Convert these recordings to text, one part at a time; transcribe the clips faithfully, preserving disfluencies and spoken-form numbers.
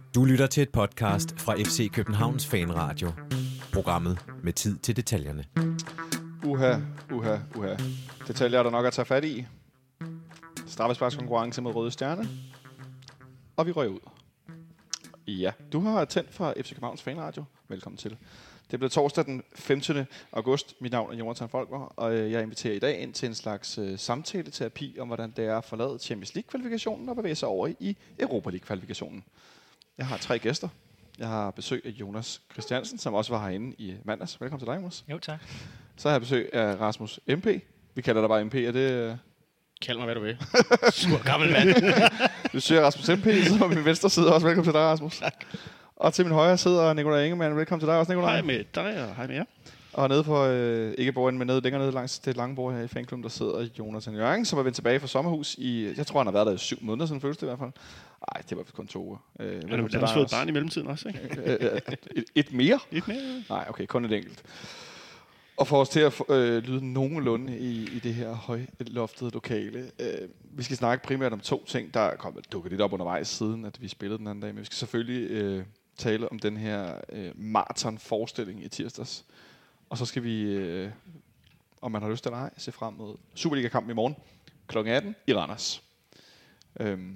Du lytter til et podcast fra F C Københavns Fanradio. Programmet med tid til detaljerne. Uha, uha, uha. Detaljer er der nok at tage fat i. Straffesparkskonkurrence mod Røde Stjerne. Og vi røg ud. Ja, du har tændt for F C Københavns Fanradio. Velkommen til. Det blev torsdag den femtende august. Mit navn er Jonathan Folker, og jeg inviterer i dag ind til en slags uh, samtale-terapi om, hvordan det er at forlade Champions League-kvalifikationen og bevæge sig over i Europa League-kvalifikationen. Jeg har tre gæster. Jeg har besøg af Jonas Christiansen, som også var herinde i mandags. Velkommen til dig, Jonas. Jo, tak. Så har jeg besøg af Rasmus M P. Vi kalder dig bare M P, er det... Kald mig, hvad du vil. Sur gammel mand. Du siger Rasmus M P, så på min venstre side også. Velkommen til dig, Rasmus. Tak. Og til min højre sidder Nikolaj Ingemann. Velkommen til dig også, Nikolaj. Hej med dig, og hej med jer. Og nede på, øh, ikke borden, men nede, længere nede langs det lange bord her i fanklubben, der sidder Jonathan Jørgen, som er vendt tilbage fra sommerhus i, jeg tror, han har været der i syv måneder, sådan føles det i hvert fald. Nej, det var kun to uger. Øh, han har også fået barn i mellemtiden også, ikke? et, et mere? Et mere? Nej, okay, kun et enkelt. Og for os til at øh, lyde nogenlunde i, i det her højloftede lokale. Øh, vi skal snakke primært om to ting, der er kommet dukket lidt op undervejs siden, at vi spillede den anden dag. Men vi skal selvfølgelig øh, tale om den her øh, marathon-forestilling i tirsdags. Og så skal vi, øh, om man har lyst til eller ej, se frem mod Superliga-kampen i morgen klokken atten i Randers. Øhm,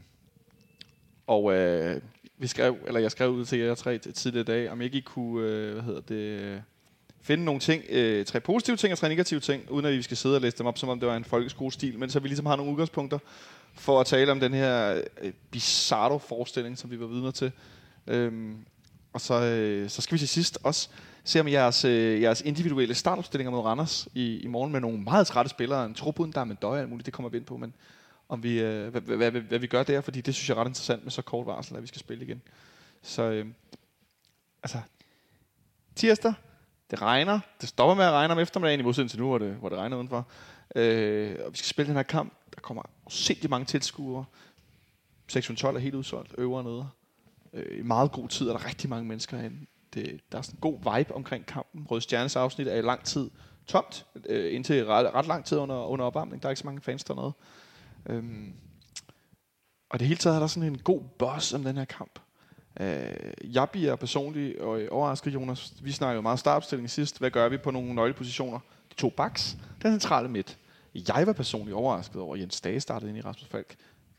og øh, vi skrev, eller jeg skrev ud til jer tre tidligere i dag, om jeg ikke I kunne øh, hvad hedder det, finde nogle ting, øh, tre positive ting og tre negative ting, uden at vi skal sidde og læse dem op, som om det var en folkeskolestil, men så vi ligesom har nogle udgangspunkter for at tale om den her øh, bizarro-forestilling, som vi var vidner til. Øhm, og så, øh, så skal vi til sidst også se om jeres, øh, jeres individuelle startopstillinger mod Randers i, i morgen med nogle meget trætte spillere, en trup uden der med døje og alt muligt, det kommer vi ind på, men om vi, øh, hvad, hvad, hvad, hvad vi gør der, fordi det synes jeg er ret interessant med så kort varsel, at vi skal spille igen. Så øh, altså, tirsdag, det regner, det stopper med at regne om eftermiddagen, i modsætning til nu, hvor det, hvor det regner udenfor. Øh, og vi skal spille den her kamp, der kommer sindssygt mange tilskuere. sektion tolv er helt udsolgt, øvre og nede. Øh, I meget god tid er der rigtig mange mennesker herinde. Det, der er sådan en god vibe omkring kampen. Røde Stjernes afsnit er i lang tid tomt, øh, indtil ret, ret lang tid under, under opvarmning. Der er ikke så mange fans dernede. Øhm, og det hele taget er der sådan en god buzz om den her kamp. Øh, jeg bliver personligt og overrasket, Jonas. Vi snakkede jo meget startopstilling sidst. Hvad gør vi på nogle nøglepositioner? De to backs, den centrale midt. Jeg var personligt overrasket over, at Jens Dage startede ind i Rasmus Falk.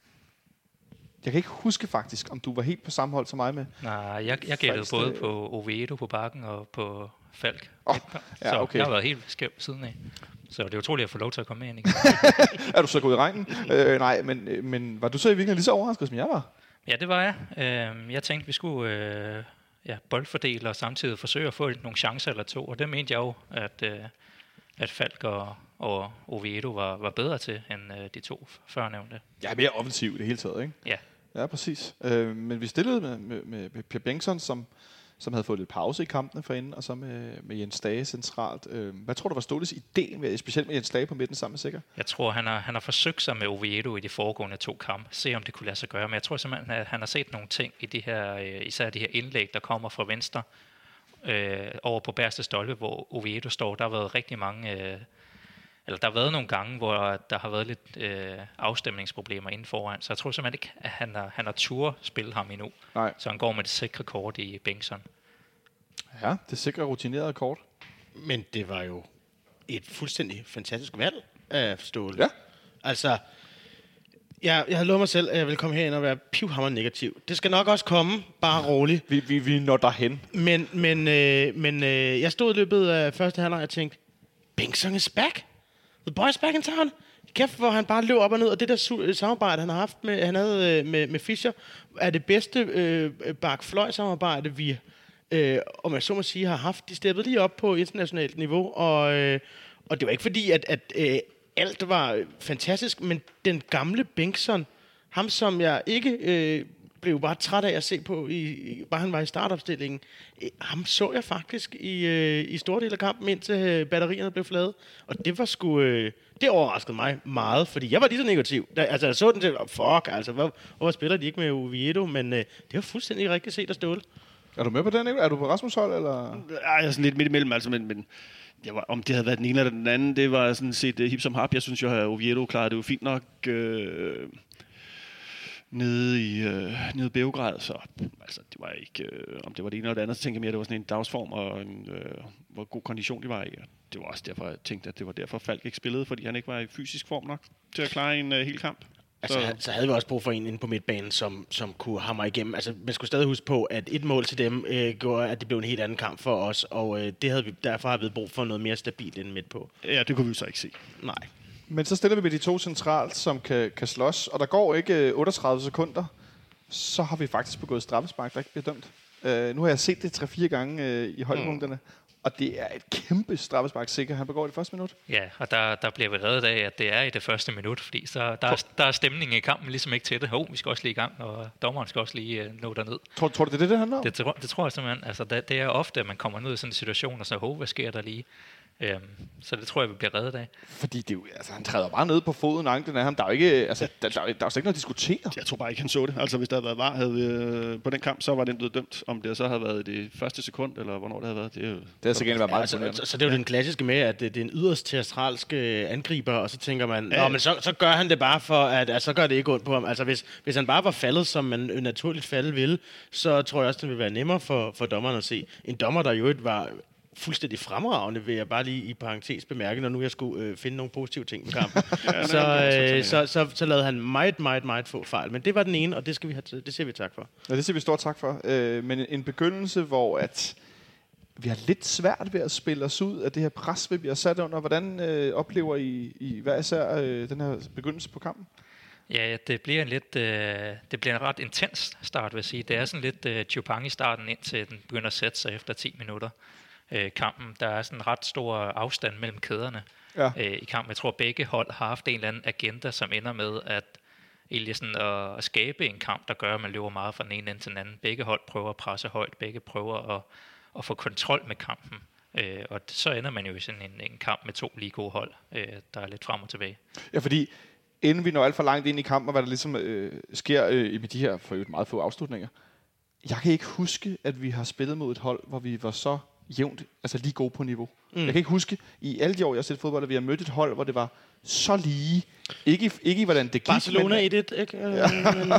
Jeg kan ikke huske faktisk, om du var helt på samme hold som mig med. Nej, jeg, jeg gættede både på Oviedo på bakken og på Falk. Oh, ja, så okay. jeg har været helt skæv siden af. Så det er utroligt at få lov til at komme med ind igen. Er du så gået i regnen? øh, nej, men, men var du så i virkeligheden lige så overrasket, som jeg var? Ja, det var jeg. Øh, jeg tænkte, vi skulle øh, ja, boldfordele og samtidig forsøge at få nogle chancer eller to. Og det mente jeg jo, at, øh, at Falk og, og Oviedo var, var bedre til end øh, de to førnævnte. Ja, mere offensiv i det hele taget, ikke? Ja. Ja, præcis. Øh, men vi stillede med, med, med, med Per Bengtsson, som, som havde fået lidt pause i kampene forinden, og så med, med Jens Dage centralt. Øh, hvad tror du var Ståles idé, med, specielt med Jens Dage på midten sammen med Sikker? Jeg tror, han har, han har forsøgt sig med Oviedo i de foregående to kampe. Se, om det kunne lade sig gøre. Men jeg tror simpelthen, at han har set nogle ting i de her, især de her indlæg, der kommer fra venstre øh, over på bagerste stolpe, hvor Oviedo står. Der har været rigtig mange... Øh, Eller der har været nogle gange, hvor der har været lidt øh, afstemningsproblemer inden foran. Så jeg tror simpelthen ikke, at han har, han har tur spille ham endnu. Nej. Så han går med det sikre kort i Bengtsson. Ja, det sikre rutinerede kort. Men det var jo et fuldstændig fantastisk valg af Ståle. Ja. Altså, jeg, jeg havde lovet mig selv, at jeg ville komme herind og være pivhammer negativ. Det skal nok også komme, bare roligt. Vi, vi, vi når derhen. Men, men, øh, men øh, jeg stod i løbet af første halvleg og tænkte, Bengtsson is back. The boys back in town. Kæft, hvor han bare løb op og ned, og det der su- samarbejde, han har haft med, han havde øh, med, med Fischer, er det bedste øh, bak-fløj-samarbejde, vi, øh, om jeg så må sige, har haft. De steppede lige op på internationalt niveau, og, øh, og det var ikke fordi, at, at øh, alt var fantastisk, men den gamle Bengtsson, ham som jeg ikke øh, blev bare træt af at se på, i, i, bare han var i startopstillingen, øh, ham så jeg faktisk i, øh, i store del af kampen, indtil øh, batterierne blev flade. Og det var sgu... Øh, det overraskede mig meget, fordi jeg var lige så negativ. Da, altså, jeg så den til, oh, fuck, altså, hvor, hvorfor spiller de ikke med Oviedo? Men øh, det var fuldstændig rigtigt set at Ståle. Er du med på den, ikke? Er du på Rasmus hold, eller? Jeg er sådan lidt midt imellem, altså, men... men jeg var, om det havde været den ene eller den anden, det var sådan set uh, hip som hap. Jeg synes jo, at Oviedo klarede det jo fint nok... Øh, nede i øh, nede i Beograd, så altså, det var ikke, øh, om det var det ene eller det andet, så tænkte jeg mere, at det var sådan en dagsform, og en, øh, hvor god kondition de var i. Det var også derfor, jeg tænkte, at det var derfor, Falk ikke spillede, fordi han ikke var i fysisk form nok til at klare en øh, hel kamp. Altså, så. så havde vi også brug for en inde på midtbanen, som, som kunne hamre igennem. Altså, man skulle stadig huske på, at et mål til dem øh, gjorde, at det blev en helt anden kamp for os, og øh, det havde vi, derfor har vi brug for noget mere stabilt end midt på. Ja, det kunne vi så ikke se. Nej. Men så stiller vi med de to centralt, som kan, kan slås, og der går ikke otteogtredive sekunder, så har vi faktisk begået straffespark, der ikke bliver dømt. Uh, nu har jeg set det tre-fire gange uh, i højdepunkterne, mm. og det er et kæmpe straffespark, sikkert han begår det første minut. Ja, og der, der bliver vi reddet af, at det er i det første minut, fordi så, der, er, der er stemningen i kampen ligesom ikke til det. Hov, vi skal også lige i gang, og dommeren skal også lige uh, nå derned. Tror, tror du, det er det, det handler om? Det, det, det tror jeg simpelthen. Altså, det, det er ofte, at man kommer ned i sådan en situation, og så, hov, hvad sker der lige? Øhm, så det tror jeg, vi bliver reddet af. Fordi det, altså, han træder bare ned på foden, anklen af ham. Der er jo ikke, altså, der, der, der, der er jo ikke noget at diskutere. Jeg tror bare ikke, han så det. Altså, hvis der havde været var, havde vi, øh, på den kamp, så var den blevet dømt. Om det så havde været det første sekund, eller hvornår det havde været. Det, det havde så været meget altså, så, så det er jo ja. den klassiske med, at det, det er en yderst teatralsk angriber, og så tænker man, ja. Nå, men så, så gør han det bare for, at altså, så gør det ikke ondt på ham. Altså, hvis, hvis han bare var faldet, som man naturligt falde ville, så tror jeg også, det ville være nemmere for, for dommeren at se. En dommer, der jo ikke var fuldstændig fremragende, vil jeg bare lige i parentes bemærke, når nu jeg skulle øh, finde nogle positive ting med kampen. ja, så, øh, så, så, så lavede han meget, meget, meget få fejl. Men det var den ene, og det, skal vi have, det siger vi tak for. Ja, det siger vi stort tak for. Øh, men en begyndelse, hvor at vi har lidt svært ved at spille os ud af det her pres, vi har sat under. Hvordan øh, oplever I, I hver især øh, den her begyndelse på kampen? Ja, det bliver en lidt, øh, det bliver en ret intens start, vil jeg sige. Det er sådan lidt øh, Chupang i starten, indtil den begynder at sætte sig efter ti minutter. Øh, kampen. Der er sådan en ret stor afstand mellem kæderne ja. øh, i kampen. Jeg tror, begge hold har haft en eller anden agenda, som ender med at, sådan at, at skabe en kamp, der gør, at man løber meget fra den ene ende til den anden. Begge hold prøver at presse højt. Begge prøver at, at få kontrol med kampen. Øh, og så ender man jo i sådan en, en kamp med to lige gode hold, øh, der er lidt frem og tilbage. Ja, fordi inden vi når alt for langt ind i kampen, og hvad der ligesom øh, sker øh, med de her for øvrigt meget få afslutninger, jeg kan ikke huske, at vi har spillet mod et hold, hvor vi var så jævnt, altså lige gode på niveau. Mm. Jeg kan ikke huske, i alle de år, jeg har set fodbold, at vi har mødt et hold, hvor det var så lige. Ikke, ikke i, hvordan det gik. Barcelona et et, ikke? Ja.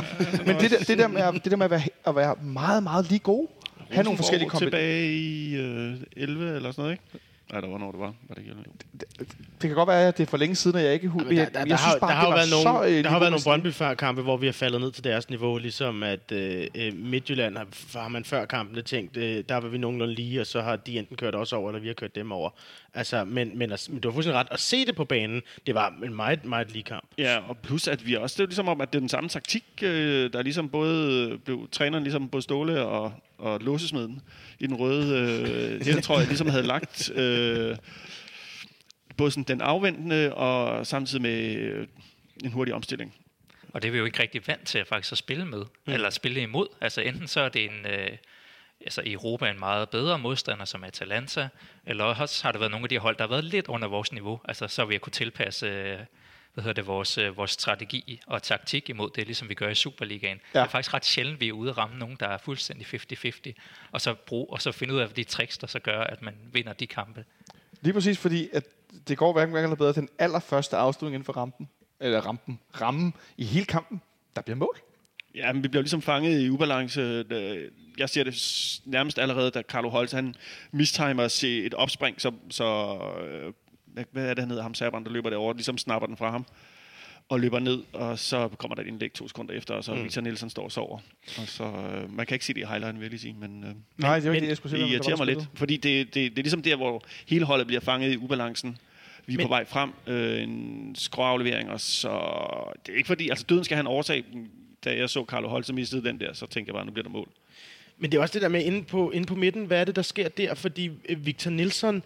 Men det der, det der med, at, det der med at, være, at være meget, meget lige gode. Have nogle forskellige kombinationer. Tilbage i øh, elleve eller sådan noget, ikke? Nej, der var når det var. var det, det, det, det kan godt være, at det er for længe siden, at jeg ikke husker. Der, der, der, har, der har været nogle, øh, der har været nogle Brøndby-kampe, hvor vi har faldet ned til deres niveau, ligesom at øh, Midtjylland har, har man før kampene tænkt, øh, der var vi nogenlunde lige, og så har de enten kørt os over, eller vi har kørt dem over. Altså, men, men, men du har fuldstændig ret. At se det på banen, det var en meget, meget lige kamp. Ja, og plus at vi også, det er ligesom om, at det er den samme taktik, øh, der ligesom både blev træneren ligesom både Ståle og og låsesmeden i den røde øh, det tror jeg ligesom havde lagt øh, både sådan den afventende og samtidig med øh, en hurtig omstilling. Og det er vi jo ikke rigtig vant til at faktisk at spille med, mm. eller spille imod. Altså enten så er det en, øh, altså i Europa en meget bedre modstander som Atalanta, eller også har det været nogle af de hold, der har været lidt under vores niveau. Altså så har vi kunne tilpasse øh, hvad hedder det, vores, øh, vores strategi og taktik imod det, ligesom vi gør i Superligaen. Ja. Det er faktisk ret sjældent, vi er ude at ramme nogen, der er fuldstændig halvtreds halvtreds, og så brug, og så finde ud af de tricks, der så gør, at man vinder de kampe. Lige præcis, fordi at det går hverken eller bedre. Den allerførste afslutning inden for rampen, eller rampen, rammen i hele kampen, der bliver mål. Ja, men vi bliver ligesom fanget i ubalance. Jeg ser det nærmest allerede, da Carlo Holst, han mistimer se et opspring, så, så hvad er det, han hedder, ham Sabran, der løber derovre, ligesom snapper den fra ham, og løber ned, og så kommer der et indlæg to sekunder efter, og så mm. Victor Nielsen står og sover. Og så, øh, man kan ikke se det i highlighten, vil jeg sige, men, øh, Nej, det er ikke det, jeg skulle sige. Det irriterer mig lidt, fordi det, det, det er ligesom der, hvor hele holdet bliver fanget i ubalancen. Vi er men, på vej frem, øh, en skråaflevering, og så... Det er ikke fordi, altså døden skal have en årsag. Da jeg så Carlo Holst mistede den der, så tænkte jeg bare, nu bliver der mål. Men det er også det der med inde på, inde på midten, hvad er det, der sker der? Fordi Victor Nielsen...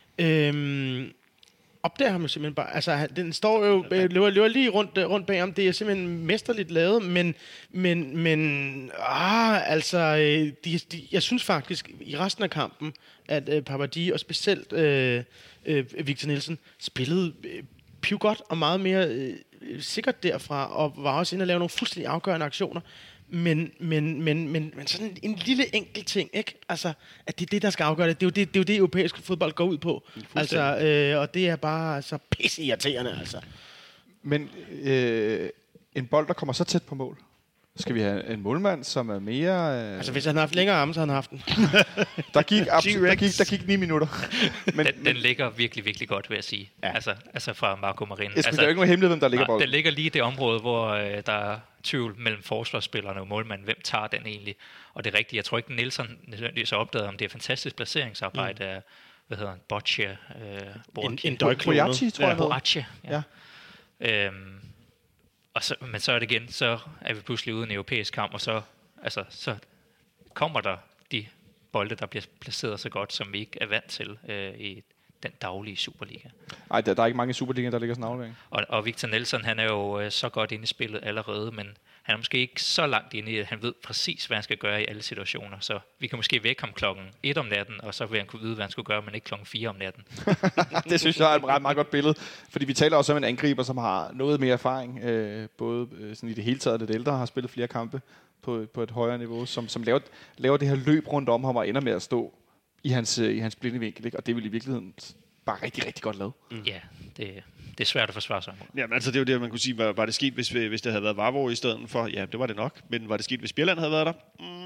Øh, opdager ham jo simpelthen bare. Altså, den står jo, løber, løber lige rundt, rundt bag ham. Det er simpelthen mesterligt lavet, men, men, men ah, altså, de, de, jeg synes faktisk, i resten af kampen, at uh, Papadi og specielt uh, uh, Victor Nielsen spillede uh, piv godt og meget mere uh, sikkert derfra, og var også inde og lave nogle fuldstændig afgørende aktioner. Men, men, men, men, men sådan en lille enkelt ting, ikke? Altså, at det er det, der skal afgøre det. Det er jo det, det, er jo det europæisk fodbold går ud på. Altså, øh, og det er bare så pisse irriterende, altså. Men øh, en bold, der kommer så tæt på mål, Skal vi have en målmand, som er mere... Øh... Altså, hvis han har haft længere arme, så har han haft den. der, gik absolut, der, gik, der gik ni minutter. men, den, den ligger virkelig, virkelig godt, vil jeg sige. Ja. Altså, altså fra Marco Marin. Jeg altså, der er jo ikke nogen hemmelighed, hvem der ligger bolden. Den ligger lige i det område, hvor øh, der er tvivl mellem forsvarsspillerne og målmanden. Hvem tager den egentlig? Og det er rigtigt. Jeg tror ikke, Nielsen nødvendigvis har opdaget, om det er fantastisk placeringsarbejde af, mm. hvad hedder han, Boccia. Øh, en en døjklone. Boiacci, tror jeg. Boiacci, ja. ja. Øhm, og så, men så er det igen, så er vi pludselig ude i en europæisk kamp, og så, altså, så kommer der de bolde, der bliver placeret så godt, som vi ikke er vant til øh, i den daglige Superliga. Nej, der, der er ikke mange i Superliga, der ligger sådan en aflevering. Og, og Victor Nelson, han er jo øh, så godt inde i spillet allerede, men han er måske ikke så langt inde i det. Han ved præcis, hvad han skal gøre i alle situationer. Så vi kan måske vække ham klokken et om natten, og så vil han kunne vide, hvad han skulle gøre, men ikke klokken fire om natten. Det synes jeg er et ret meget godt billede. Fordi vi taler også om en angriber, som har noget mere erfaring. Øh, både øh, sådan i det hele taget lidt ældre, har spillet flere kampe på, på et højere niveau, som, som laver, laver det her løb rundt om ham og ender med at stå i hans, i hans blinde vinkel. Ikke? Og det vil i virkeligheden bare rigtig, rigtig godt lavet. Mm. Ja, det, det er svært at forsvare sig imod. Jamen altså, det er jo det, man kunne sige, var, var det sket, hvis, hvis det havde været Vavro i stedet for? Ja, det var det nok. Men var det sket, hvis Bjelland havde været der?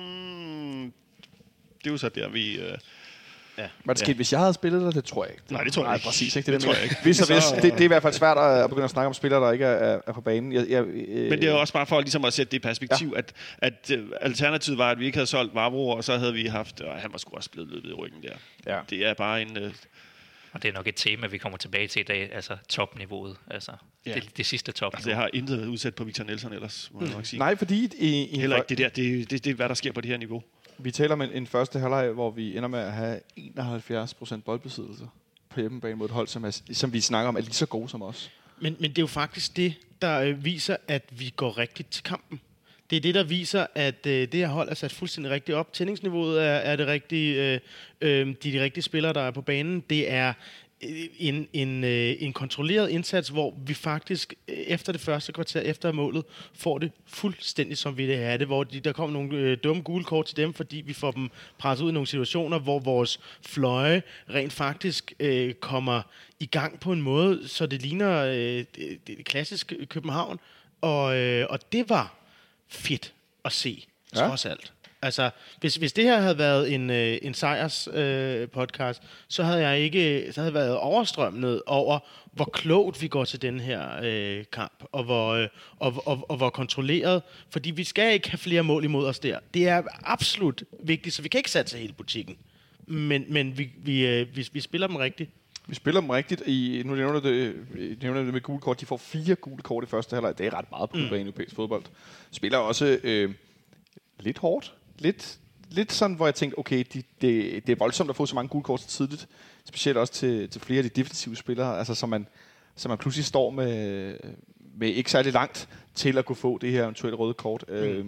Mm, det er jo så der, vi... Øh, ja. Var det sket, ja. hvis jeg havde spillet der? Det tror jeg ikke. Nej, det tror jeg Nej, ikke. præcis, ikke? Det, det tror jeg ikke. Hvis og hvis, det, det er i hvert fald svært at begynde at snakke om spillere, der ikke er, er på banen. Jeg, jeg, øh, Men det er jo også bare for ligesom at sætte det i perspektiv, ja. at, at uh, alternativet var, at vi ikke havde solgt Vavro, og så havde vi haft... Og han var sgu også blevet løbet i ryggen der. Ja. Det er bare en... Uh, Og det er nok et tema, vi kommer tilbage til i dag, altså topniveauet, altså ja. det, det sidste topniveau. Altså jeg har intet været udsat på Victor Nelson ellers, må jeg nok sige. Nej, fordi... I, i Heller ikke det der, det, det, det er hvad der sker på det her niveau. Vi taler om en, en første halvleg, hvor vi ender med at have enoghalvfjerds procent boldbesiddelse på hjemmebane mod et hold, som, er, som vi snakker om er lige så gode som os. Men, men det er jo faktisk det, der øh, viser, at vi går rigtigt til kampen. Det er det, der viser, at øh, det her hold er sat fuldstændig rigtigt op. Tændingsniveauet er, er det rigtige, øh, øh, de, de rigtige spillere, der er på banen. Det er en, en, øh, en kontrolleret indsats, hvor vi faktisk øh, efter det første kvarter, efter målet, får det fuldstændig som vi det have det, hvor de, der kommer nogle øh, dumme gule kort til dem, fordi vi får dem presset ud i nogle situationer, hvor vores fløje rent faktisk øh, kommer i gang på en måde, så det ligner øh, det, det klassiske København. Og, øh, og det var fedt at se, ja. trods alt. Altså, hvis, hvis det her havde været en, øh, en sejrs øh, podcast, så havde jeg ikke, så havde jeg været overstrømmet over, hvor klogt vi går til den her øh, kamp, og hvor, øh, og, og, og hvor kontrolleret, fordi vi skal ikke have flere mål imod os der. Det er absolut vigtigt, så vi kan ikke satse hele butikken, men, men vi, vi, øh, vi, vi spiller dem rigtigt. Vi spiller dem rigtigt. I, nu nævner det, nævner det med gule kort. De får fire gule kort i første halvleg. Det er ret meget på mm. europæisk fodbold. Spiller også øh, lidt hårdt. Lidt, lidt sådan, hvor jeg tænkte, okay, de, det, det er voldsomt at få så mange gule kort så tidligt. Specielt også til, til flere af de defensive spillere. Altså, så man, så man pludselig står med, med ikke særlig langt til at kunne få det her eventuelle røde kort. Mm. Øh,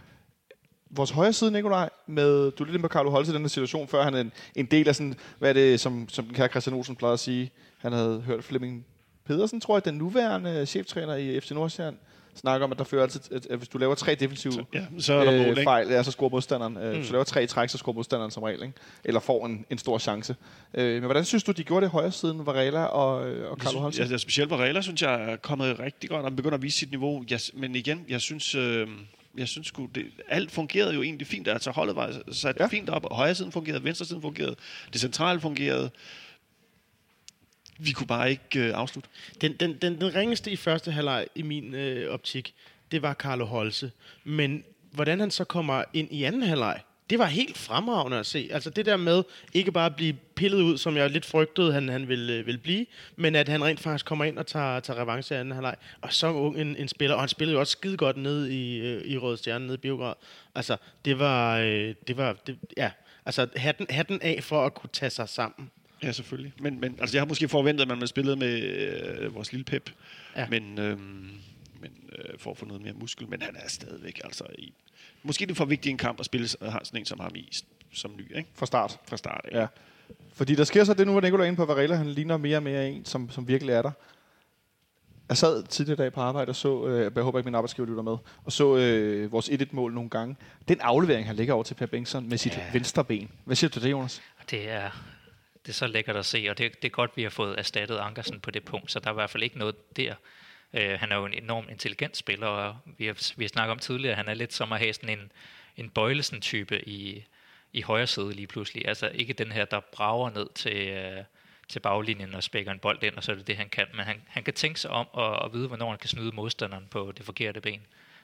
Vores højre side, Nikolaj, med, du er lidt inde på Carlo Holse i den her situation, før han er en, en del af sådan, hvad er det, som, som den kære Christian Olsen plejede at sige, han havde hørt Flemming Pedersen, tror jeg, den nuværende cheftræner i F C Nordsjælland, snakker om, at der fører altid, at, at hvis du laver tre defensive så, ja, så er der mål, øh, fejl, ja, så scorer modstanderen. Øh, mm. Hvis du laver tre i træk, så scorer modstanderen som regel, ikke? Eller får en, en stor chance. Øh, men hvordan synes du, de gjorde det højre siden, Varela og, og Carlo Holse? Ja, specielt Varela, synes jeg, er kommet rigtig godt, og han begynder at vise sit niveau. Yes, men igen, jeg synes... Øh, Jeg synes sgu, det, alt fungerede jo egentlig fint. Altså holdet var sat ja. fint op, og højre siden fungerede, venstre siden fungerede, det centrale fungerede. Vi kunne bare ikke øh, afslutte. Den, den, den, den ringeste i første halvleg i min øh, optik, det var Carlo Holse. Men hvordan han så kommer ind i anden halvleg, det var helt fremragende at se. Altså det der med ikke bare at blive pillet ud, som jeg lidt frygtede, han, han ville, ville blive, men at han rent faktisk kommer ind og tager, tager revanche i anden halvleg. Og så ung en, en spiller, og han spillede jo også skide godt nede i, i Røde Stjerne, nede i Biograd. Altså det var, det var det, ja, altså hatten, hatten af for at kunne tage sig sammen. Ja, selvfølgelig. Men, men altså jeg har måske forventet, at man ville spille med øh, vores lille Pep, ja. men, øh, men øh, for at få noget mere muskel, men han er stadigvæk altså i... Måske det er for vigtigt en kamp at spille har sådan en som ham i som ny, ikke? Fra start. Fra start, ja. ja. Fordi der sker så det nu, hvor Nicolai er inde på Varela, han ligner mere og mere en, som, som virkelig er der. Jeg sad tidligere dag på arbejde og så, øh, jeg håber ikke min arbejdsgiver lytter med, og så øh, vores et et-mål nogle gange. Den aflevering, han ligger over til Per Bengtsson med sit ja. venstre ben. Hvad siger du til det, Jonas? Det er, det er så lækkert at se, og det, det er godt, vi har fået erstattet Ankersen på det punkt, så der er i hvert fald ikke noget der. Øh, han er jo en enormt intelligent spiller, og vi har, vi har snakket om tidligere, at han er lidt som at have sådan en, en Bøjlesen-type i, i højre side lige pludselig. Altså ikke den her, der brager ned til, øh, til baglinjen og spækker en bold ind, og så er det det, han kan. Men han, han kan tænke sig om og, og vide, hvornår han kan snyde modstanderen på det forkerte ben.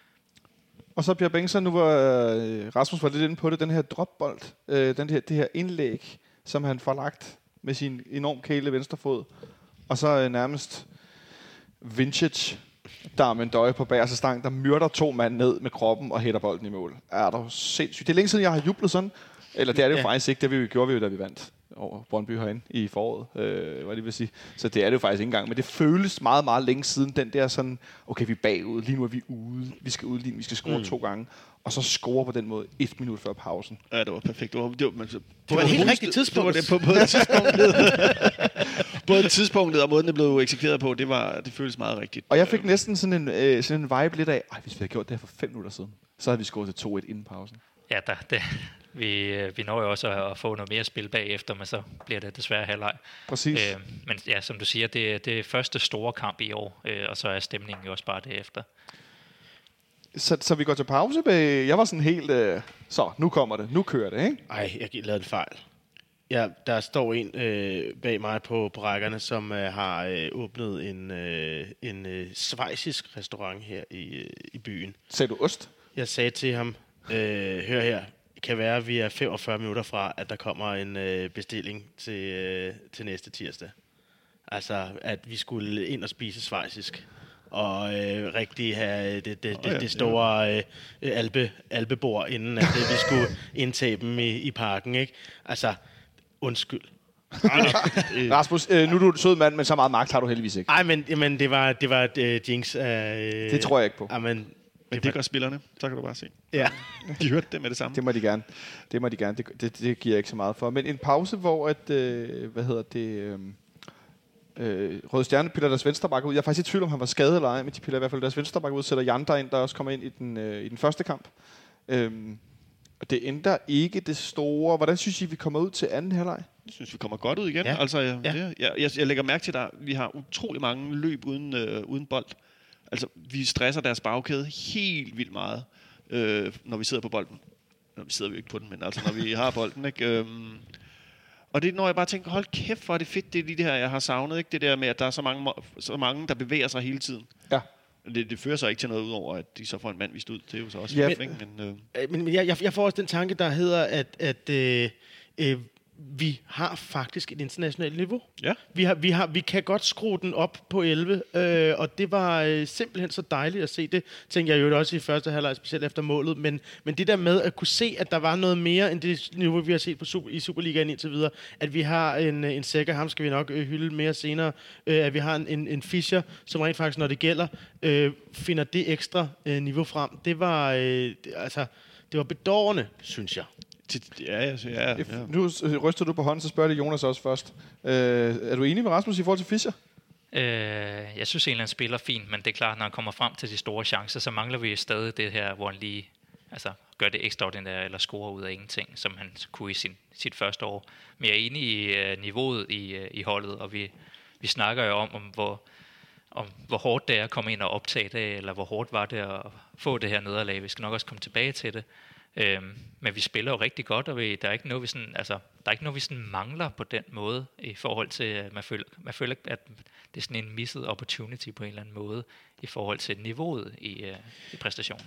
Og så Pierre Bengtsson, nu var øh, Rasmus var lidt inde på det, den her dropbold, øh, den her, det her indlæg, som han får lagt med sin enormt kæle venstrefod, og så øh, nærmest vintage Darmen Døje på bagerste stang, der myrder to mand ned med kroppen og hætter bolden i mål. Er der sindssygt. Det er længe siden, jeg har jublet sådan. Eller det er det jo ja. faktisk ikke. Det vi gjorde vi jo, da vi vandt over Brøndby herinde i foråret, øh, hvad det vil sige. Så det er det jo faktisk ikke engang. Men det føles meget, meget længe siden, den der sådan, okay, vi er bagud, lige nu er vi ude, vi skal udligne, vi skal score mm. to gange, og så score på den måde et minut før pausen. Ja, det var perfekt. Det var, det var, man, det det var et helt rigtigt tidspunkt. Det var det på både tidspunktet, både tidspunktet og måden, det blev eksekveret på, det, var, det føles meget rigtigt. Og jeg fik næsten sådan en, øh, sådan en vibe lidt af, ej, hvis vi havde gjort det her for fem minutter siden, så havde vi scoret til to et inden pausen. Ja, der, det, vi, vi når jo også at få noget mere spil bagefter, men så bliver det desværre halvleg. Præcis. Øh, men ja, som du siger, det, det er første store kamp i år, øh, og så er stemningen jo også bare det efter. Så, så vi går til pause. Med, jeg var sådan helt, øh, så nu kommer det, nu kører det, ikke? Ej, jeg lavede en fejl. Ja, der står en øh, bag mig på, på rækkerne, som øh, har øh, åbnet en, øh, en øh, schweizisk restaurant her i, øh, i byen. Sagde du ost? Jeg sagde til ham, øh, hør her, det kan være, at vi er femogfyrre minutter fra, at der kommer en øh, bestilling til, øh, til næste tirsdag. Altså, at vi skulle ind og spise schweizisk. Og øh, rigtig have det, det, det, oh, ja, det store øh, alpe, alpebord, inden at øh, vi skulle indtage dem i, i parken, ikke? Altså, undskyld. Rasmus, øh, nu er du en sød mand, men så meget magt har du heldigvis ikke. Nej, men jamen, det var, det var et uh, jinx. Uh, det tror jeg ikke på. Amen, men det, det gør spillerne, så kan du bare se. Ja. De hørte det med det samme. Det må de gerne. Det må de gerne. Det, det, det giver jeg ikke så meget for. Men en pause, hvor at, øh, hvad hedder det... Øh, Øh, Røde Stjerne piller deres venstreback ud. Jeg er faktisk i tvivl om, han var skadet eller ej, men de piller i hvert fald deres venstreback ud, sætter Jan der ind, der også kommer ind i den, øh, i den første kamp. Øhm, og det ændrer ikke det store. Hvordan synes I, vi kommer ud til anden halvleg? Jeg synes, vi kommer godt ud igen. Ja. Altså, jeg, ja. det, jeg, jeg, jeg lægger mærke til, at vi har utrolig mange løb uden, øh, uden bold. Altså, vi stresser deres bagkæde helt vildt meget, øh, når vi sidder på bolden. Når vi sidder vi ikke på den, men altså, når vi har bolden, ikke? Øhm, Og det når jeg bare tænker, hold kæft, hvor er det fedt, det er lige det her, jeg har savnet, ikke? Det der med, at der er så mange, så mange der bevæger sig hele tiden. Ja. Det, det fører sig ikke til noget ud over, at de så får en mand vist ud. Det er jo så også ja, fedt, ikke? Men, øh. men jeg, jeg får også den tanke, der hedder, at, at øh, øh, vi har faktisk et internationalt niveau. Ja. Vi, har, vi, har, vi kan godt skrue den op på elleve, øh, og det var øh, simpelthen så dejligt at se det. Tænker jeg jo også i første halvleg, specielt efter målet. Men, men det der med at kunne se, at der var noget mere end det niveau, vi har set på super, i Superligaen indtil videre. At vi har en, en Sækker, ham skal vi nok øh, hylde mere senere. Øh, at vi har en, en, en Fischer, som rent faktisk, når det gælder, øh, finder det ekstra øh, niveau frem. Det var, øh, det, altså, det var bedårende, synes jeg. Ja, ja, ja, ja. Nu ryster du på hånden, så spørger det Jonas også først. Øh, er du enig med Rasmus i forhold til Fischer? Øh, jeg synes egentlig, han spiller fint, men det er klart, når han kommer frem til de store chancer, så mangler vi stadig det her, hvor han lige altså, gør det ekstraordinære eller scorer ud af ingenting, som han kunne i sin, sit første år. Men jeg er enig i uh, niveauet i, uh, i holdet, og vi, vi snakker jo om, om hvor, om hvor hårdt det er at komme ind og optage det, eller hvor hårdt var det at få det her nederlag. Vi skal nok også komme tilbage til det. Øhm, men vi spiller jo rigtig godt, og vi, der er ikke noget, vi sådan, altså, der er ikke noget, vi sådan mangler på den måde i forhold til, at man føler, man føler, at det er sådan en misset opportunity på en eller anden måde i forhold til niveauet i, uh, i præstationen.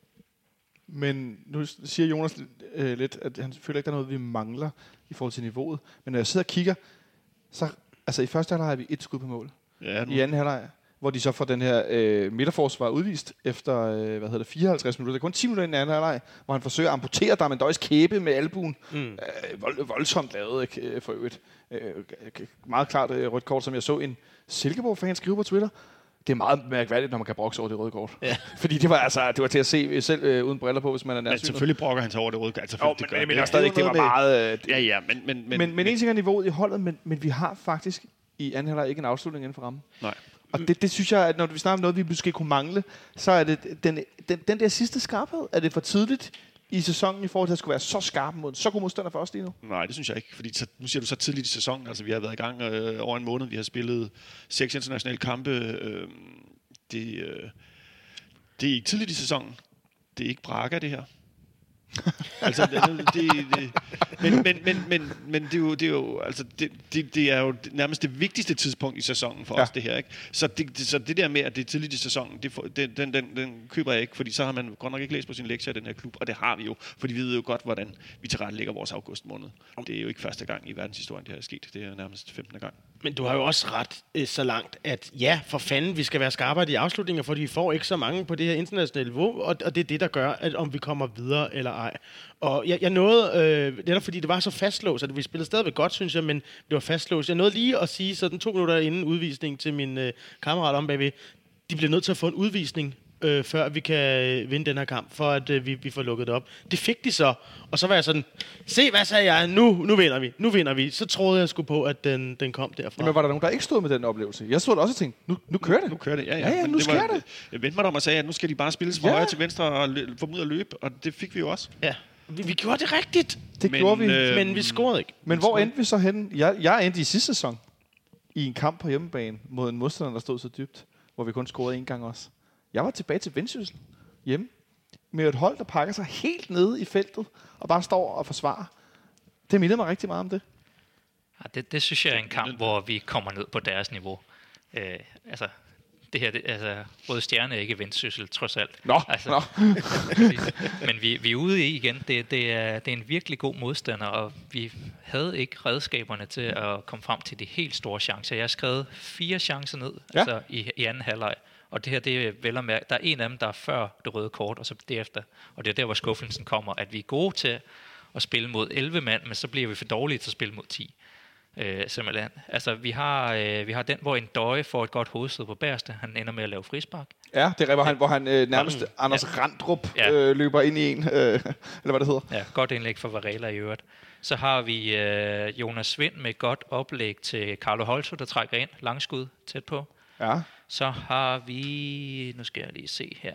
Men nu siger Jonas øh, lidt, at han føler ikke, der er noget, vi mangler i forhold til niveauet. Men når jeg sidder og kigger, så altså i første halvleg har vi et skud på mål. Ja, I anden halvleg, hvor de så får den her øh, midterforsvar udvist efter øh, hvad hedder det, fireoghalvtreds minutter. Det er kun ti minutter i den anden halvleg, hvor han forsøger at amputere Darmen Døjs kæbe med albuen. Mm. Øh, vold, voldsomt lavet ikke, for øvrigt. Øh, meget klart øh, rødt kort, som jeg så en Silkeborg-fan skrive på Twitter. Det er meget mærkværdigt, når man kan brokse over det røde kort. Ja. Fordi det var altså det var til at se selv øh, uden briller på, hvis man er nærsynet. Ja, selvfølgelig brokker han sig over det røde kort. Altså, oh, men, men, men jeg stadig ikke, det var meget... Øh, ja, ja, men... Men, men, men, men en ting er niveauet i holdet, men, men vi har faktisk i anden halvleg ikke en afslutning inden for rammen. Nej. Og det, det synes jeg, at når vi snakker om noget, vi måske kunne mangle, så er det den, den, den der sidste skarphed. Er det for tidligt i sæsonen i forhold til at skulle være så skarp mod så god modstander for os lige nu? Nej, det synes jeg ikke, fordi så, nu siger du så tidligt i sæsonen, altså vi har været i gang øh, over en måned, vi har spillet seks internationale kampe, øh, det, øh, det er ikke tidligt i sæsonen. Det er ikke Braga, det her. altså, det, det, det, men, men, men, men, men det er jo, det er jo, altså, det, det, det er jo nærmest det vigtigste tidspunkt i sæsonen for ja. os, det her, ikke? Så det, det, så det der med, at det er tidligt i sæsonen, det for, det, den, den, den køber jeg ikke, fordi så har man godt nok ikke læst på sin lektie af den her klub, og det har vi jo, fordi vi ved jo godt, hvordan vi tilrettelægger vores august måned. Det er jo ikke første gang i verdenshistorien, det her er sket. Det er nærmest femtende gang. Men du har jo også ret øh, så langt, at ja, for fanden, vi skal være skarpere i afslutninger, fordi vi får ikke så mange på det her internationale niveau, og, og det er det, der gør, at om vi kommer videre eller ej. Og jeg, jeg nåede, øh, det er fordi det var så fastlåst, at vi spillede stadigvæk godt, synes jeg, men det var fastlåst. Jeg nåede lige at sige sådan to minutter inden udvisning til min øh, kammerat om bagved, de bliver nødt til at få en udvisning, øh, før vi kan øh, vinde den her kamp, for at øh, vi, vi får lukket det op. Det fik de så, og så var jeg sådan, se hvad sagde jeg, nu, nu vinder vi, nu vinder vi. Så troede jeg sgu på, at den, den kom derfra. Men var der nogen, der ikke stod med den oplevelse? Jeg stod også og tænkte, nu, nu kører det. Nu kører det, ja, ja. Ja, ja, Men nu det sker var, det. Jeg vendte mig om og sagde, at nu skal de bare spilles fra Ja. højre til venstre og lø- få dem ud at løbe, og det fik vi jo også. Ja, vi, vi gjorde det rigtigt, Det Men, gjorde vi. øh, men vi scorede ikke. Men hvor endte vi så henne? Jeg, jeg endte i sidste sæson i en kamp på hjemmebane mod en modstander, der stod så dybt, hvor vi kun scorede en gang også. Jeg var tilbage til Vendsyssel hjemme med et hold, der pakker sig helt nede i feltet og bare står og forsvarer. Det mindede mig rigtig meget om det. Ja, det, det synes jeg er en kamp, hvor vi kommer ned på deres niveau. Øh, altså, det her, det, altså, Røde Stjerne er ikke Vendsyssel, trods alt. Nå, altså, nå. Men vi, vi er ude i igen. Det, det, er, det er en virkelig god modstander, og vi havde ikke redskaberne til at komme frem til de helt store chancer. Jeg har skrevet fire chancer ned Ja. altså, i, i anden halvleg. Og det her, det er vel at mærke, der er en af dem, der er før det røde kort, og så derefter. Og det er der, hvor skuffelsen kommer, at vi er gode til at spille mod elleve mand, men så bliver vi for dårlige til at spille mod ti. Øh, simpelthen. Altså, vi har, øh, vi har den, hvor en døje får et godt hovedsæde på bagerste. Han ender med at lave frispark. Ja, det er hvor han, hvor han øh, nærmest Ja. Anders ja. Randrup Ja. øh, løber ind i en, øh, eller hvad det hedder. Ja, godt indlæg for Varela i øvrigt. Så har vi øh, Jonas Svind med et godt oplæg til Carlo Holzo, der trækker ind. Langskud tæt på. Ja. Så har vi... Nu skal jeg lige se her.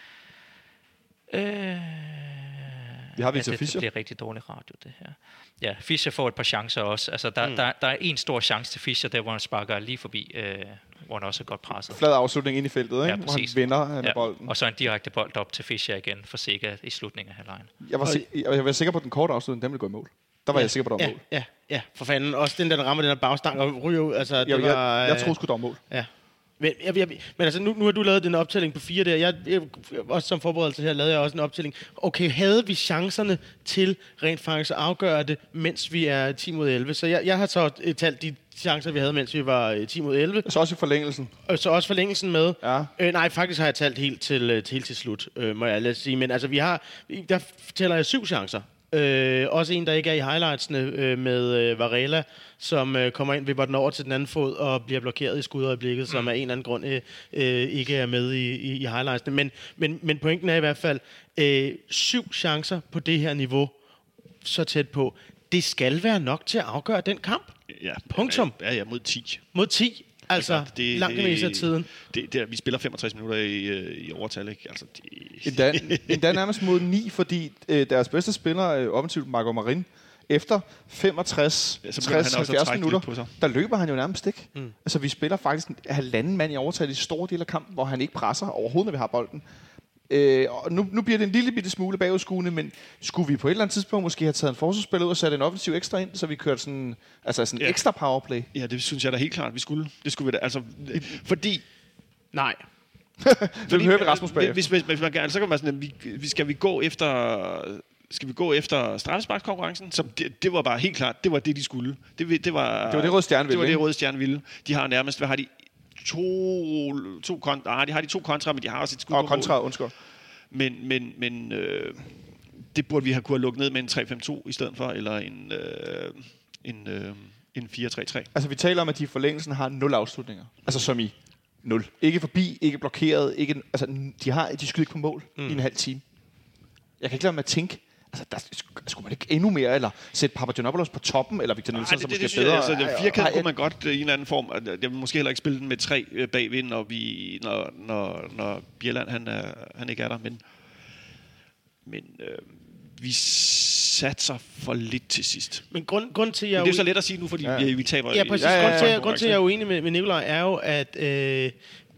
Øh, Vi har Victor ja, det, Fischer. det bliver rigtig dårlig radio, det her. Ja, Fischer får et par chancer også. Altså, der, mm. der, der er en stor chance til Fischer, der hvor han sparker lige forbi, øh, hvor han også er godt presset. Flad afslutning ind i feltet, ikke? Ja, Hvor han præcis. vinder med Ja, bolden. og så en direkte bold op til Fischer igen, for sikkert i slutningen af halvlejen. Jeg var, si- jeg var sikker på, at den korte afslutning, den ville gå i mål. Der var ja. jeg sikker på, at der var ja, mål. ja, ja, for fanden. Også den der, der rammer den der bagstang og ryger ud. Altså, det Jeg, var, jeg, jeg øh, troede sgu, der var mål. Ja. Men, jeg, jeg, men altså, nu, nu har du lavet den optælling på fire der. Jeg, jeg, også som forberedelse her, lavede jeg også en optælling. Okay, havde vi chancerne til rent faktisk at afgøre det, mens vi er ti mod elleve? Så jeg, jeg har så øh, talt de chancer, vi havde, mens vi var øh, ti mod elleve. Så også i forlængelsen. Og så også forlængelsen med. Ja. Øh, nej, faktisk har jeg talt helt til, øh, til, helt til slut, øh, må jeg lade sige. Men altså, vi har, der tæller jeg syv chancer. Øh, også en, der ikke er i highlightsene øh, med øh, Varela, som øh, kommer ind, vipper den over til den anden fod og bliver blokeret i skudøjeblikket, mm. som af en eller anden grund øh, øh, ikke er med i, i, i highlightsene. Men, men, men pointen er i hvert fald, øh, syv chancer på det her niveau, så tæt på. Det skal være nok til at afgøre den kamp. Ja, Punktum. Ja, ja, mod ti. Mod ti. Altså, det, langt det meste af tiden. Det, det, vi spiller femogtres minutter i, i overtal, ikke? Altså, det... Endda, endda nærmest mod ni, fordi øh, deres bedste spiller, øh, offensivt Marco Marin, efter femogtres, Ja, så begynder tres, han også at halvfjerds trække minutter, lidt på sig. der løber han jo nærmest ikke. Mm. Altså, vi spiller faktisk en halvanden mand i overtal i store del af kampen, hvor han ikke presser overhovedet, når vi har bolden. Øh, og nu, nu bliver det en lille bitte smule bagudskuende, men skulle vi på et eller andet tidspunkt måske have taget en forsvarsspiller ud og sat en offensiv ekstra ind, så vi kørte sådan, altså sådan en Ja. ekstra powerplay? Ja, det synes jeg da helt klart, vi skulle. Det skulle vi da. Altså, fordi... Nej. Det hører vi Rasmus bagefter. Hvis, hvis, hvis man gerne, så kan man sådan, at vi, vi, skal vi gå efter... Skal vi gå efter straffesparkskonkurrencen? Så det, det var bare helt klart, det var det, de skulle. Det, det var Det var det, Røde Stjerne ville, Det var det, ikke? Røde Stjerne ville. De har nærmest, hvad har de? To, to kontra, ah, de har de to kontra, men de har også et skud Og på kontra, mål. undskyld. Men, men, men øh, det burde vi have kunne have lukket ned med en tre fem to i stedet for, eller en, øh, en, øh, en fire tre tre. Altså, vi taler om, at de i forlængelsen har nul afslutninger. Altså, som i nul. Ikke forbi, ikke blokeret, ikke, altså, de, har, de skyder ikke på mål mm. i en halv time. Jeg kan ikke lade mig at tænke, altså, der skulle man ikke endnu mere, eller sætte Papagiannopoulos på toppen, eller Victor Nielsen, Ej, som det, det, måske det, er altså, bedre. det firkant Ej, kunne man godt øh, i en eller anden form. Jeg vil måske heller ikke spille den med tre øh, bagvind, når, vi, når, når, når Bjelland han, er, han ikke er der, men, men øh, vi satser for lidt til sidst. Men grund, grund til, jeg Men det er jo så let at sige nu, fordi Ja. vi, vi taber. Ja, i- præcis. Ja, ja, ja, Grund til, ja. grund til, at jeg er uenig med, med Nikolaj, er jo, at øh,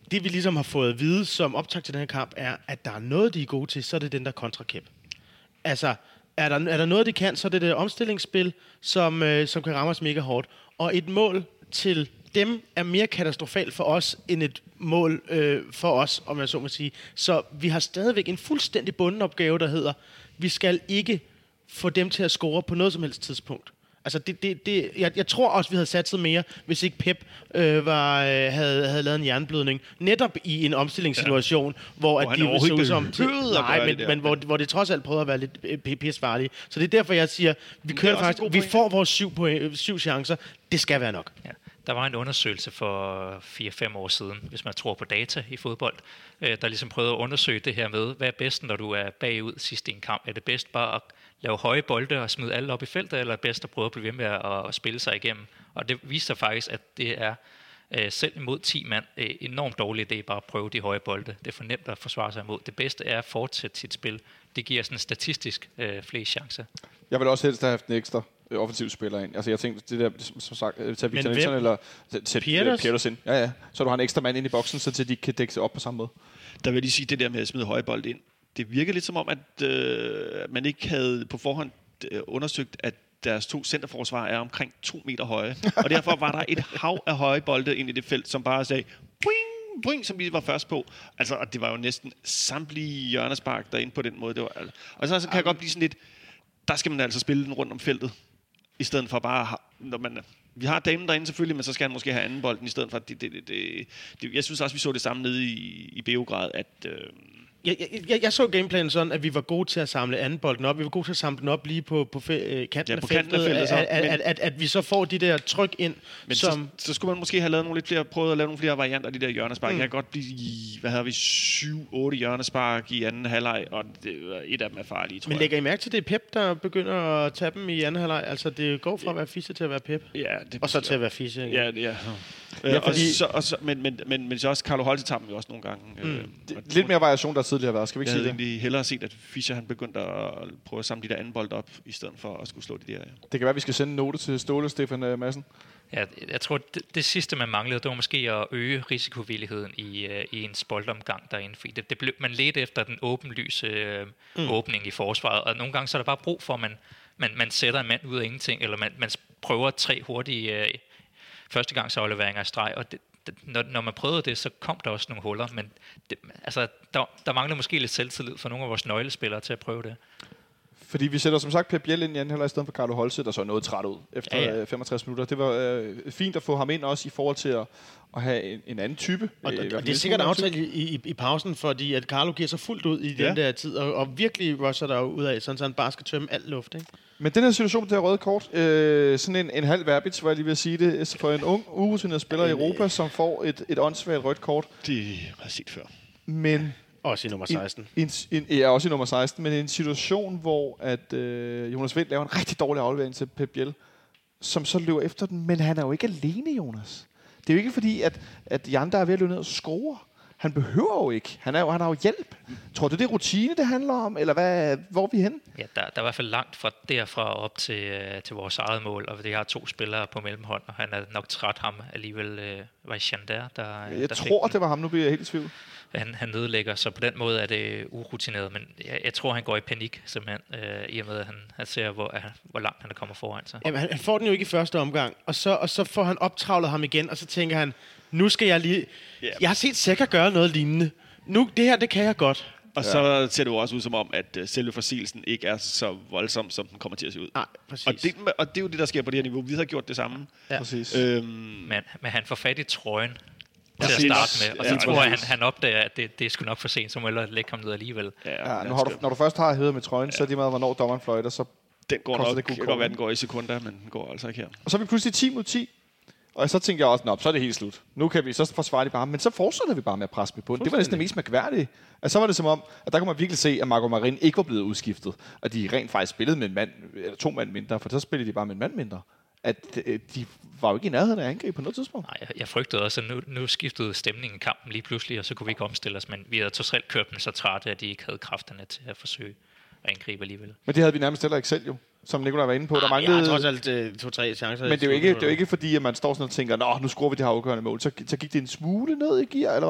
det vi ligesom har fået at vide som optakt til den her kamp, er, at der er noget, de er gode til, så er det den der kontrakæp. Altså, er der, er der noget, de kan, så er det det omstillingsspil, som, øh, som kan ramme os mega hårdt. Og et mål til dem er mere katastrofalt for os, end et mål øh, for os, om jeg så må sige. Så vi har stadigvæk en fuldstændig bunden opgave, der hedder, vi skal ikke få dem til at score på noget som helst tidspunkt. Altså, det, det, det, jeg, jeg tror også, vi havde satset mere, hvis ikke Pep øh, var, øh, havde, havde lavet en jernblødning. Netop i en omstillingssituation, ja. hvor, hvor at han de så ud som... Nej, men, det men hvor, hvor det trods alt prøvede at være lidt øh, pissefarlige. Så det er derfor, jeg siger, vi kører faktisk... Vi får vores syv, point, syv chancer. Det skal være nok. Ja. Der var en undersøgelse for fire fem år siden, hvis man tror på data i fodbold, øh, der ligesom prøvede at undersøge det her med, hvad er bedst, når du er bagud sidst i en kamp? Er det bedst bare at lave høje bolde og smide alle op i feltet, eller er det bedst at prøve at blive ved med at, at spille sig igennem? Og det viser faktisk, at det er øh, selv imod ti mand øh, enormt dårlig idé bare at prøve de høje bolde. Det er for nemt at forsvare sig imod. Det bedste er at fortsætte sit spil. Det giver sådan statistisk øh, flest chancer. Jeg vil også helst have haft en ekstra øh, offensiv spiller ind. Altså jeg tænkte, det der, som sagt, øh, tage Victor Nilsson eller sætte Pieters ind. Ja, ja. Så du har en ekstra mand ind i boksen, så til de kan dække sig op på samme måde. Der vil jeg lige sige, det der med at smide høje bold ind. Det virker lidt som om, at øh, man ikke havde på forhånd øh, undersøgt, at deres to centerforsvar er omkring to meter høje. Og derfor var der et hav af høje bolde ind i det felt, som bare sagde, boing, boing, som vi var først på. Altså, og det var jo næsten samtlige hjørnespark derinde på den måde. Det var, altså. Og så, så kan jeg godt blive sådan lidt, der skal man altså spille den rundt om feltet, i stedet for bare, når man... Vi har damen derinde selvfølgelig, men så skal han måske have anden bolden i stedet for. Det, det, det, det, det, jeg synes også, vi så det samme nede i, i Beograd, at... Øh, Jeg, jeg, jeg så gameplanen sådan, at vi var gode til at samle anden bolden op. Vi var gode til at samle den op lige på, på fe, øh, kanten, ja, af på feltet. kanten af feltet. Så, at, at, at, at, at vi så får de der tryk ind. Men som så, så skulle man måske have lavet nogle lidt flere, prøvet at lave nogle flere varianter af de der hjørnespark. Mm. Jeg kan godt blive, hvad havde vi, syv otte hjørnespark i anden halvleg, og det, et af dem er farlige, tror Men jeg. lægger I mærke til, det er Pep, der begynder at tage dem i anden halvleg? Altså, det går fra at være Fischer til at være Pep. Ja, det, og så til at være Fischer. Ja, det er. Ja, ja, fordi, og så, og så, men, men, men, men så også Carlo Holte tager dem jo også nogle gange. Mm. Øh, det, lidt mere variation, der tidligere har været. Skal vi ikke jeg sige det? Jeg havde egentlig hellere set, at Fischer han begyndte at prøve at samle de der anden bold op, i stedet for at skulle slå de der. Ja. Det kan være, at vi skal sende en note til Ståle, Stefan Madsen. Ja, jeg tror, det, det sidste, man manglede, det var måske at øge risikovilligheden i, uh, i ens boldomgang derinde. Fordi det, det blev, man ledte efter den åbenlyse uh, mm. åbning i forsvaret, og nogle gange så er der bare brug for, at man, man, man sætter en mand ud af ingenting, eller man, man prøver tre hurtige uh, førstegangsafleveringer af streg, og det, det, når, når man prøvede det, så kom der også nogle huller, men det, altså, der, der manglede måske lidt selvtillid for nogle af vores nøglespillere til at prøve det. Fordi vi sætter som sagt Pep Biel ind i anden halvleg i stedet for Carlo Holse, der så noget træt ud efter ja, ja. femogtres minutter. Det var øh, fint at få ham ind også i forhold til at, at have en, en anden type. Og, øh, og det er sikkert aftalt i, i, i pausen, fordi at Carlo giver sig fuldt ud i ja. den der tid, og, og virkelig rusher der ud af, sådan så han bare skal tømme alt luft, ikke? Men den her situation, det her røde kort, øh, sådan en, en halv verbitz, hvor jeg lige vil sige det, for en ung, urutineret spiller i Europa, som får et, et åndssvagt rødt kort. Det har jeg set før. Men... Også i nummer seksten. En, en, en, ja, også i nummer seksten, men en situation, hvor at, øh, Jonas Vind laver en rigtig dårlig aflevering til Pep Biel, som så løber efter den, men han er jo ikke alene, Jonas. Det er jo ikke fordi, at, at de andre er ved at løbe ned og score. Han behøver jo ikke. Han, er jo, han har jo hjælp. Tror du, det er rutine, det handler om? Eller hvad, hvor er vi henne? Ja, der, der er i hvert fald langt fra derfra op til, øh, til vores eget mål. Og det har to spillere på mellemhånd, og han er nok træt ham alligevel. Øh, var det Chander, der Jeg der tror, det var ham. Nu bliver jeg helt i tvivl. Han, han nedlægger, så på den måde er det urutineret. Men jeg, jeg tror, han går i panik, simpelthen. Øh, I og med, at han, han ser, hvor, at, hvor langt han er kommet foran sig. Jamen, han, han får den jo ikke i første omgang. Og så, og så får han optravlet ham igen, og så tænker han... Nu skal jeg lige... Yeah. Jeg har set Sækker gøre noget lignende. Nu, det her, det kan jeg godt. Og ja. Så ser det jo også ud som om, at uh, selve forsigelsen ikke er så voldsom, som den kommer til at se ud. Nej, præcis. Og det, og det er jo det, der sker på det her niveau. Vi har gjort det samme. Ja. Præcis. Øhm, men, men han får fat i trøjen ja, til at starte med. Og så ja, tror jeg, han, han opdager, at det, det er sgu nok for sent, så må jeg lægge ham ned alligevel. Ja, ja, nu har du, når du først har hævet med trøjen, ja. så er det meget, hvornår dommeren fløjter, så... Den går nok, det kan godt være, den går i sekunder, men den går altså ikke her. Og så er vi pludselig ti mod ti. Og så tænkte jeg også, nå, så er det helt slut. Nu kan vi så forsvare det bare. Men så fortsætter vi bare med at presse på bunden. Det var næsten det mest mærkværdige. Altså, så var det som om, at der kunne man virkelig se, at Marco Marin ikke var blevet udskiftet. Og de rent faktisk spillede med en mand, eller to mand mindre, for så spillede de bare med en mand mindre. At de var jo ikke i nærheden af angreb på noget tidspunkt. Nej, jeg, jeg frygtede også, at nu, nu skiftede stemningen i kampen lige pludselig, og så kunne vi ikke omstille os. Men vi havde totalt kørt dem så trætte, at de ikke havde kræfterne til at forsøge at angribe alligevel. Men det havde vi nærmest heller ikke selv jo. Som Nicolaj var inde på, der manglede... Jeg har trods alt uh, to-tre chancer. Men det er jo ikke, det er jo ikke fordi, at man står sådan og tænker, nå, nu skruer vi det her afgørende mål. Så, så gik det en smule ned i gear, eller hvad?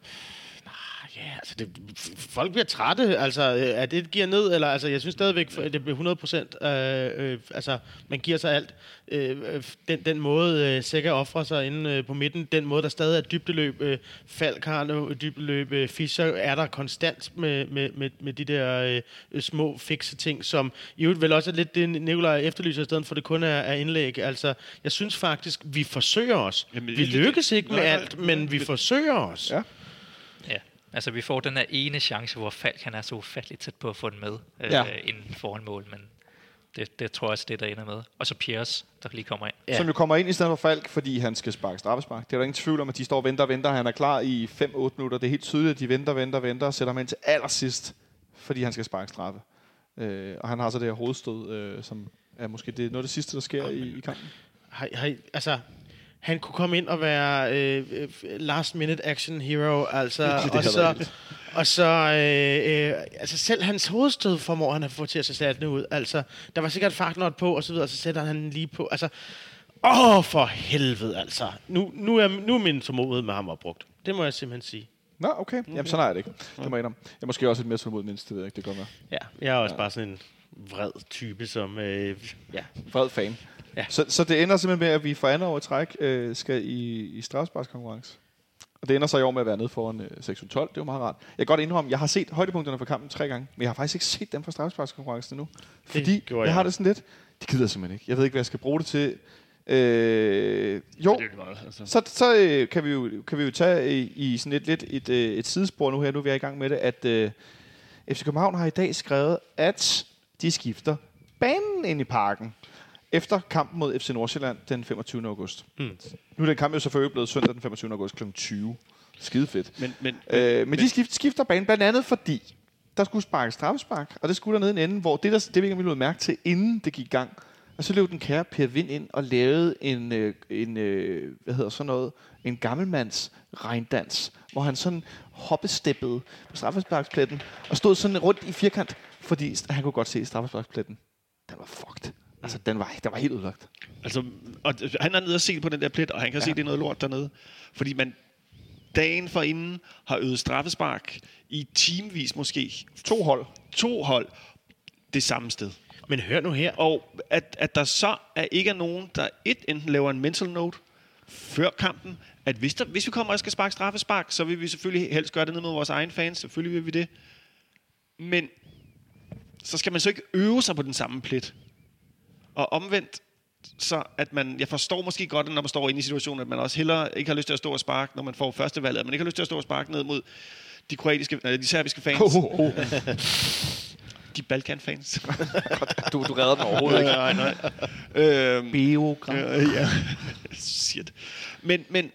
Ja, altså, det, folk bliver trætte, altså, er det giver ned, eller, altså, jeg synes stadigvæk, at det bliver hundrede procent, øh, øh, altså, man giver sig alt. Øh, den, den måde, øh, Sækker offrer sig inde øh, på midten, den måde, der stadig er dybdeløb, øh, Falk har noget dybdeløb, øh, Fischer er der konstant med, med, med, med de der øh, små fikse ting, som i øvrigt vel også er lidt det, Nikolaj efterlyser, i stedet for det kun er, er indlæg. Altså, jeg synes faktisk, vi forsøger os. Jamen, vi det, lykkes det, ikke nej, med nej, alt, men vi det, forsøger os. Ja. Ja, altså vi får den her ene chance, hvor Falk han er så ufatteligt tæt på at få den med øh, Ja. inden foran mål, men det, det tror jeg også, det der ender med. Og så Piers, der lige kommer ind. Ja. Som jo kommer ind i stedet for Falk, fordi han skal sparke straffespark. Det er der ingen tvivl om, at de står og venter og venter. Han er klar i fem otte minutter. Det er helt tydeligt, at de venter, venter, venter og sætter ham ind til allersidst, fordi han skal sparke straffe. Øh, og han har så det her hovedstød, øh, som er måske det, noget af det sidste, der sker i, i kampen. Hej, hej, altså, han kunne komme ind og være øh, last minute action hero, altså, og så, og så øh, øh, altså selv hans hovedstød formår han at få til at se slatne ud, altså, der var sikkert fartnot på, og så videre, og så sætter han lige på, altså, åh, for helvede, altså, nu, nu, er, nu er min tålmodighed med ham opbrugt, det må jeg simpelthen sige. Nå, okay. Jamen, sådan er det ikke. Det må jeg indrømme. Jeg er måske også et mere tålmodigt mindst, det ved jeg ikke, det går med. Ja, jeg er også ja. bare sådan en vred type, som, øh, ja. Vred fan. Ja. Så, så det ender simpelthen med, at vi for andet år i træk øh, skal i, i straffesparkskonkurrence. Og det ender så i år med at være nede foran øh, seks tolv. Det er jo meget rart. Jeg kan godt indrømme, jeg har set højdepunkterne fra kampen tre gange, men jeg har faktisk ikke set dem fra straffesparkskonkurrencen endnu. Fordi jeg, jeg har det sådan lidt, det gider jeg simpelthen ikke. Jeg ved ikke, hvad jeg skal bruge det til. Øh, jo, det er meget, altså. så, så øh, kan, vi jo, kan vi jo tage i, i sådan et, lidt et, et, et sidespor nu her, nu er vi er i gang med det, at øh, F C København har i dag skrevet, at de skifter banen ind i parken efter kampen mod F C Nordsjælland den femogtyvende august. Mm. Nu er den kamp jo selvfølgelig blevet søndag den femogtyvende august klokken tyve. Skide fedt. Men, men, øh, men, men de skifter, skifter banen blandt andet fordi, der skulle sparkes straffespark, og det skulle der nede i en ende, hvor det, der, det vi ikke ville mærke til, inden det gik i gang. Og så løb den kære Per Vind ind og lavede en, øh, en øh, hvad hedder sådan noget, en gammelmands regndans, hvor han sådan hoppesteppede på straffesparkspletten og stod sådan rundt i firkant, fordi han kunne godt se straffesparkspletten. Den var fucked. Altså, den var, den var helt udlagt. Altså, og han er nede og se på den der plet, og han kan ja. se, det er noget lort dernede. Fordi man dagen forinden har øvet straffespark i timevis måske. To hold. To hold det samme sted. Men hør nu her. Og at, at der så er ikke er nogen, der et enten laver en mental note før kampen, at hvis, der, hvis vi kommer og skal sparke straffespark, så vil vi selvfølgelig helst gøre det ned med vores egen fans. Selvfølgelig vil vi det. Men så skal man så ikke øve sig på den samme plet. Og omvendt, så at man, jeg forstår måske godt, når man står inde i situationen, at man også hellere ikke har lyst til at stå og sparke, når man får første valget, at man ikke har lyst til at stå og sparke ned mod de kroatiske, nej, de serbiske fans. Oh, oh, oh. De Balkan-fans. du, du redder den overhovedet ikke. Nej, nej. øhm, Beogram. Øh, ja. Shit. Men, men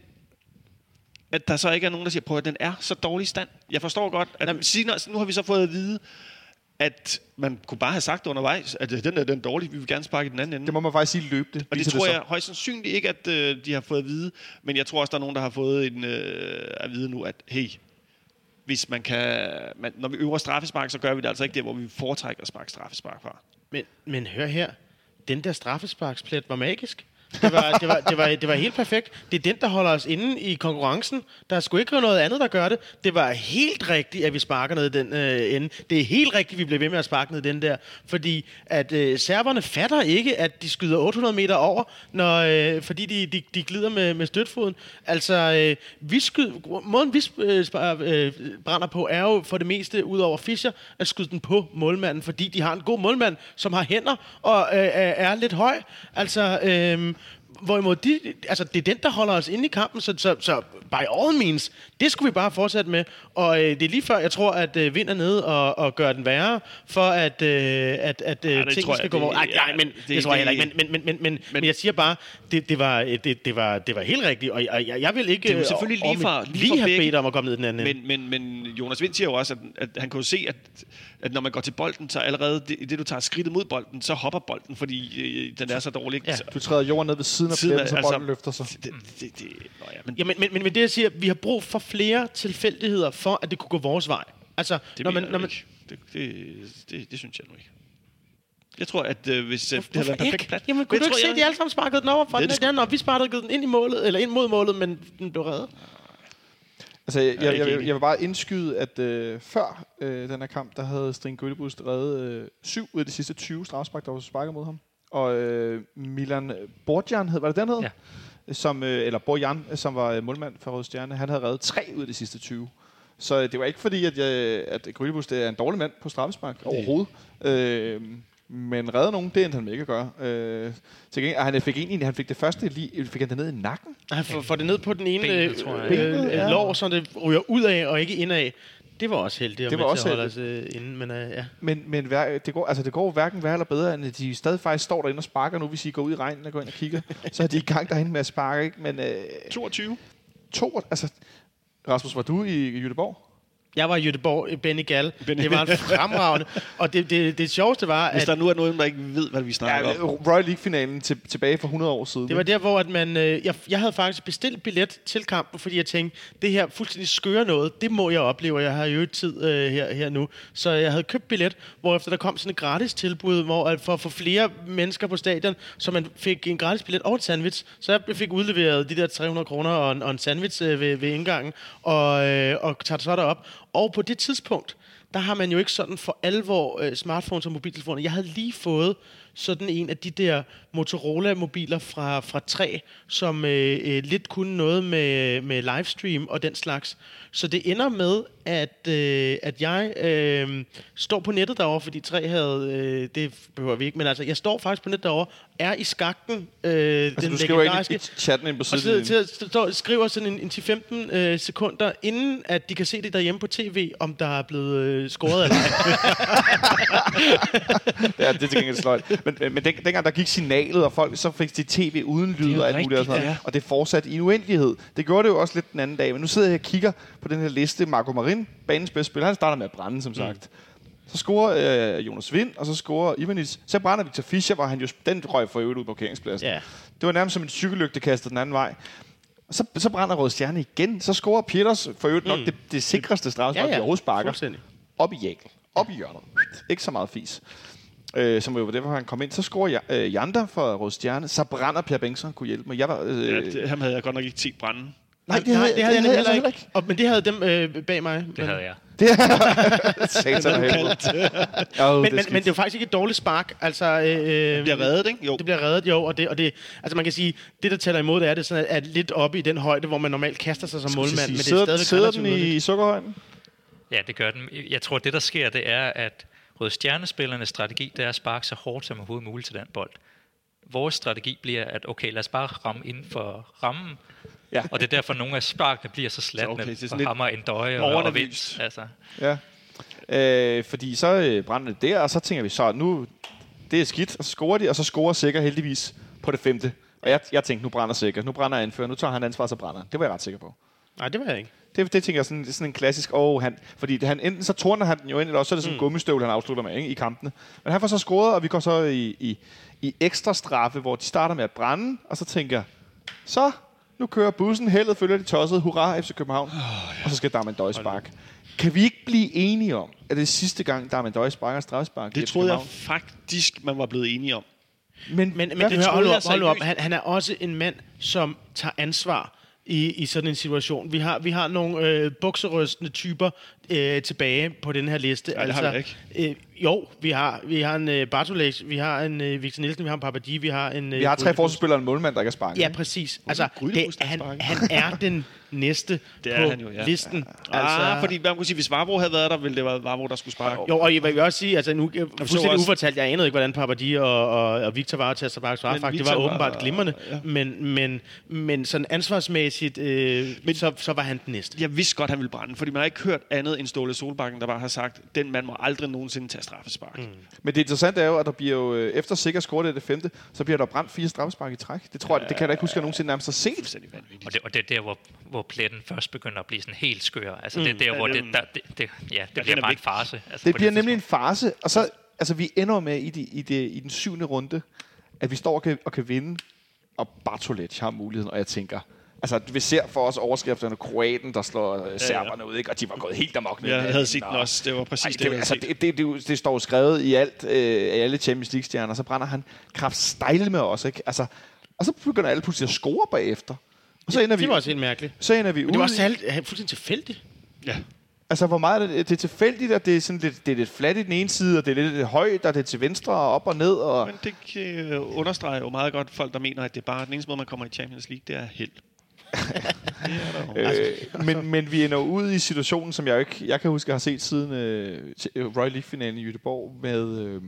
at der så ikke er nogen, der siger, prøv at den er så dårlig i stand. Jeg forstår godt, at senere, nu har vi så fået at vide, at man kunne bare have sagt undervejs, at den er den dårlige, vi vil gerne sparke i den anden ende. Det må man faktisk sige løbende. Og det tror det jeg højst sandsynligt ikke, at øh, de har fået at vide, men jeg tror også, der er nogen, der har fået en, øh, at vide nu, at hey, hvis man kan, man, når vi øver straffespark, så gør vi det altså ikke der, hvor vi foretrækker at sparke straffespark fra. Men, men hør her, den der straffesparksplet var magisk. Det var, det, var, det, var, det var helt perfekt. Det er den, der holder os inde i konkurrencen. Der er sgu ikke noget andet, der gør det. Det var helt rigtigt, at vi sparker ned i den øh, ende. Det er helt rigtigt, at vi bliver ved med at sparke ned i den der. Fordi at øh, serberne fatter ikke, at de skyder otte hundrede meter over, når, øh, fordi de, de, de glider med, med støtfoden. Altså, øh, vi skyder, måden vi øh, øh, brænder på, er jo for det meste, ud over Fischer, at skyde den på målmanden, fordi de har en god målmand, som har hænder og øh, er lidt høj. Altså, øh, hvorimod de, altså det er den, der holder os inde i kampen, så, så, så by all means, det skulle vi bare fortsætte med. Og øh, det er lige før, jeg tror, at øh, Vind er nede og, og gør den værre, for at, øh, at, at øh, ja, tingene skal gå over. Nej, nej, men det, det tror jeg heller ikke. Men, men, men, men, men, men jeg siger bare, det, det, var, det, det, var, det var helt rigtigt, og jeg, jeg vil ikke det er selvfølgelig lige for, lige, lige have bedt om at komme ned den anden men, men, men Jonas Vind siger jo også, at, at han kan jo se, at, at når man går til bolden, så allerede det, det du tager skridtet mod bolden, så hopper bolden, fordi øh, den er så dårlig. Ja. Du træder jorden ned ved siden af pletten, så bolden altså, løfter sig. Det, det, det, nå ja, men, ja, men, men, men det jeg siger, vi har brug for flere tilfældigheder for, at det kunne gå vores vej. Altså, det når man, når man det, det, det, det synes jeg nu ikke. Jeg tror, at øh, hvis Hvorfor det havde været perfekt plat... Jamen, kunne du ikke se, at de alle sammen sparkede den over fra den, den, og vi sparkede den ind i målet, eller ind mod målet, men den blev reddet? Altså, jeg, jeg, jeg, enig. jeg vil bare indskyde, at øh, før øh, den her kamp, der havde String Gøllebust reddet øh, syv ud af de sidste tyve strafspark, der var sparket mod ham. Og øh, Milan Borjan, hed, var det den hed? Ja. Som, øh, eller Borjan, som var målmand for Røde Stjerne, han havde reddet tre ud af de sidste tyve. Så øh, det var ikke fordi, at, jeg, at Gøllebust er en dårlig mand på straffespark overhovedet. Øh, men redder nogen, det endte han med ikke at gøre. Øh, til gengæld, han fik egentlig, han fik det første lige, fik han det ned i nakken. Han får, får det ned på den ene Benet, tror jeg. øh, Benet, ja. lår, så det ryger ud af og ikke indad. Det var også heldigt, Det var også at holde os øh, inde, men øh, ja. Men, men hver, det, går, altså, det går hverken værre eller bedre, end at de stadig faktisk står derinde og sparker nu, hvis I går ud i regnen og går ind og kigger. Så er de i gang derinde med at sparke, ikke? Men øh, toogtyve. to, altså, Rasmus, var du i, i Göteborg? Jeg var i Göteborg, Benny Gall. Benny. Det var en fremragende. Og det, det, det sjoveste var, Hvis at der nu er nogen, der ikke ved, hvad vi snakker Ja, om. Royal League-finalen til, tilbage for hundrede år siden. det var der, hvor at man, øh, jeg, jeg havde faktisk bestilt billet til kampen, fordi jeg tænkte, det her fuldstændig skøre noget, det må jeg opleve, og jeg har jo ikke tid øh, her, her nu. Så jeg havde købt billet, hvorefter der kom sådan et gratis tilbud, hvor at for at få flere mennesker på stadion, så man fik en gratis billet og en sandwich. Så jeg fik udleveret de der tre hundrede kroner og en, og en sandwich øh, ved, ved indgangen, og, øh, og tager så derop. Og på det tidspunkt, der har man jo ikke sådan for alvor øh, smartphones og mobiltelefoner. Jeg havde lige fået sådan en af de der Motorola-mobiler fra, fra tre, som øh, øh, lidt kunne noget med, med livestream og den slags. Så det ender med, at, øh, at jeg øh, står på nettet derovre, fordi tre havde, øh, det behøver vi ikke, men altså, jeg står faktisk på nettet derovre, er i skakten, øh, altså, den du skriver legendariske, ikke i chatten ind på og siden. så, til, til, skriver sådan en, en ti til femten øh, sekunder, inden at de kan se det derhjemme på tv, om der er blevet øh, scoret eller ej. Ja, det er til gengæld sløjt. Men, men den, dengang der gik signalet, og folk så fik de tv uden lyd og alt muligt. Og, sådan noget, og det fortsatte i en uendelighed. Det gjorde det jo også lidt den anden dag. Men nu sidder jeg og kigger på den her liste. Marco Marin, banens bedste spiller, han starter med at brænde, som sagt. Mm. Så scorer øh, Jonas Vind, og så scorer Ivanic. Så brænder Victor Fischer, hvor han jo den røg for øvrigt ud på parkeringspladsen. Ja. Det var nærmest som en cykellygte kastet den anden vej. Så, så brænder Røde Stjerne igen. Så scorer Peters for øvrigt nok mm. det, det sikreste straffespark, Ja, ja. de overhovedet sparker. Fuldstændig. Op i Jäkel. Op i hjørnet. Ikke så meget fis. Øh, som jo var derfor, han kom ind. Så scorer øh, Jander for Røde Stjerne. Så brænder Per Bengtsson, kunne hjælpe mig. Jeg var, øh, Ja, det, ham havde jeg godt nok ikke set brænde. nej, det havde, det havde jeg det heller ikke. ikke. Og, men det havde dem øh, bag mig. Det men, havde jeg. Det er satan af helvede. Oh, men, men, men det er jo faktisk ikke et dårligt spark. Altså, øh, Det bliver reddet, ikke? Jo. Det bliver reddet, jo. Og det, og det, altså man kan sige, det der tæller imod, det er, det sådan, at, at lidt oppe i den højde, hvor man normalt kaster sig som målmand. Men det er sidder, stadigvæk sidder relativt den i, uheldigt. i sukkerhøjden? Ja, det gør den. Jeg tror, det der sker, det er, at Røde Stjernespillernes strategi, det er at sparke så hårdt som overhovedet muligt til den bold. Vores strategi bliver, at okay, lad os bare ramme inden for rammen. Ja. Og det er derfor, nogle af sparkene bliver så slatne, okay, det er sådan og lidt hammer en døje og, og overanalyse. vind. Altså. Ja. Øh, fordi så øh, brænder det der, og så tænker vi så, nu det er skidt, og så scorer de, og så scorer Sikker heldigvis på det femte. Og jeg, jeg tænkte, nu brænder Sikker, nu brænder anfører, nu tager han ansvar, så brænder han. Det var jeg ret sikker på. Nej, det var jeg ikke. Det, det tænker jeg sådan, sådan en klassisk, åh, han, fordi det, han, enten så torner han den jo ind, eller også så er det sådan en mm. gummistøvle, han afslutter med, ikke, i kampene. Men han får så scoret, og vi går så i, i, i ekstra straffe, hvor de starter med at brænde, og så tænker jeg, så, nu kører bussen, heldet følger de tossede, hurra, F C København, oh, ja. Og så skal Darman Døje spark. Kan vi ikke blive enige om, at det er sidste gang, Darman Døje sparker straffespark? Det troede jeg faktisk, man var blevet enige om. Men, Men, men hvad, det hør, hold nu op, hold nu op. seriøst. Han, han er også en mand, som tager ansvar i, i sådan en situation. Vi har, vi har nogle øh, bukserystende typer øh, tilbage på den her liste. Nej, det har vi ikke. Øh, jo, vi har, vi har en øh, Bartoles, vi har en øh, Victor Nielsen, vi har en Papadi, vi har en... Øh, vi har tre Grydebusk. forsvarsspillere og en målmand, der ikke er sparket. Ja, præcis. Altså, det, Grydebusk, der han, sparker. han er den næste Det er på han jo, ja. listen. Altså, ah, fordi man kunne sige, hvis Vavro havde været der, ville det være Vavro, der skulle sparke. Jo, og jeg vil også sige, altså nu jeg, fuldstændig også- ufortalt, jeg anede ikke, hvordan Papadi og, og, og Victor var til at sparke svarfak. Det Victor var var- åbenbart glimrende, ja. men, men, men sådan ansvarsmæssigt, øh, men, så, så var han den næste. Jeg vidste godt, han ville brænde, fordi man har ikke hørt andet end Ståle Solbakken, der bare har sagt, den mand må aldrig nogensinde tage straffespark. Mm. Men det interessante er jo, at der bliver jo, øh, efter Sikker scoret det femte, så bliver der brændt fire straffespark i træk. Det tror jeg, det kan jeg da ikke huske, at jeg nogensinde nærmest har set. Fuldstændig vanvittigt. Og det, og det er der, hvor, hvor pletten først begynder at blive sådan helt skør. Altså, det er der, Ja, hvor det, den- der, det, det, ja, det den bliver er bare en vigtig. farce. Altså, Det på bliver nemlig en tidspunkt. farce, og så, altså vi ender med i, de, i, det, i den syvende runde, at vi står og kan, og kan vinde, og Bartolec har muligheden, og jeg tænker, altså vi ser for os overskrifterne, kroaten, der slår ja, serberne ud, ikke? Og de var gået helt amok. Jeg havde set den også. Det var præcis Ej, det, det, jeg altså, havde det, det, det, det står jo skrevet i alt, øh, i alle Champions League-stjerner, så brænder han kraftstejle med os, ikke? Altså, og så begynder alle pludselig at score bagefter. Og så ender det vi, var også helt mærkeligt. så ender vi Men ude. det var også alt, fuldstændig tilfældigt. Ja. Altså, hvor meget er det, det er tilfældigt, at det er, sådan lidt, det er lidt fladt i den ene side, og det er lidt, lidt højt, og det er til venstre og op og ned. Og... Men det øh, understreger jo meget godt folk, der mener, at det er bare den eneste måde, man kommer i Champions League, det er held. øh, men, men vi ender ud i situationen, som jeg ikke, jeg kan huske, jeg har set siden øh, Royal League-finalen i Göteborg med, øh,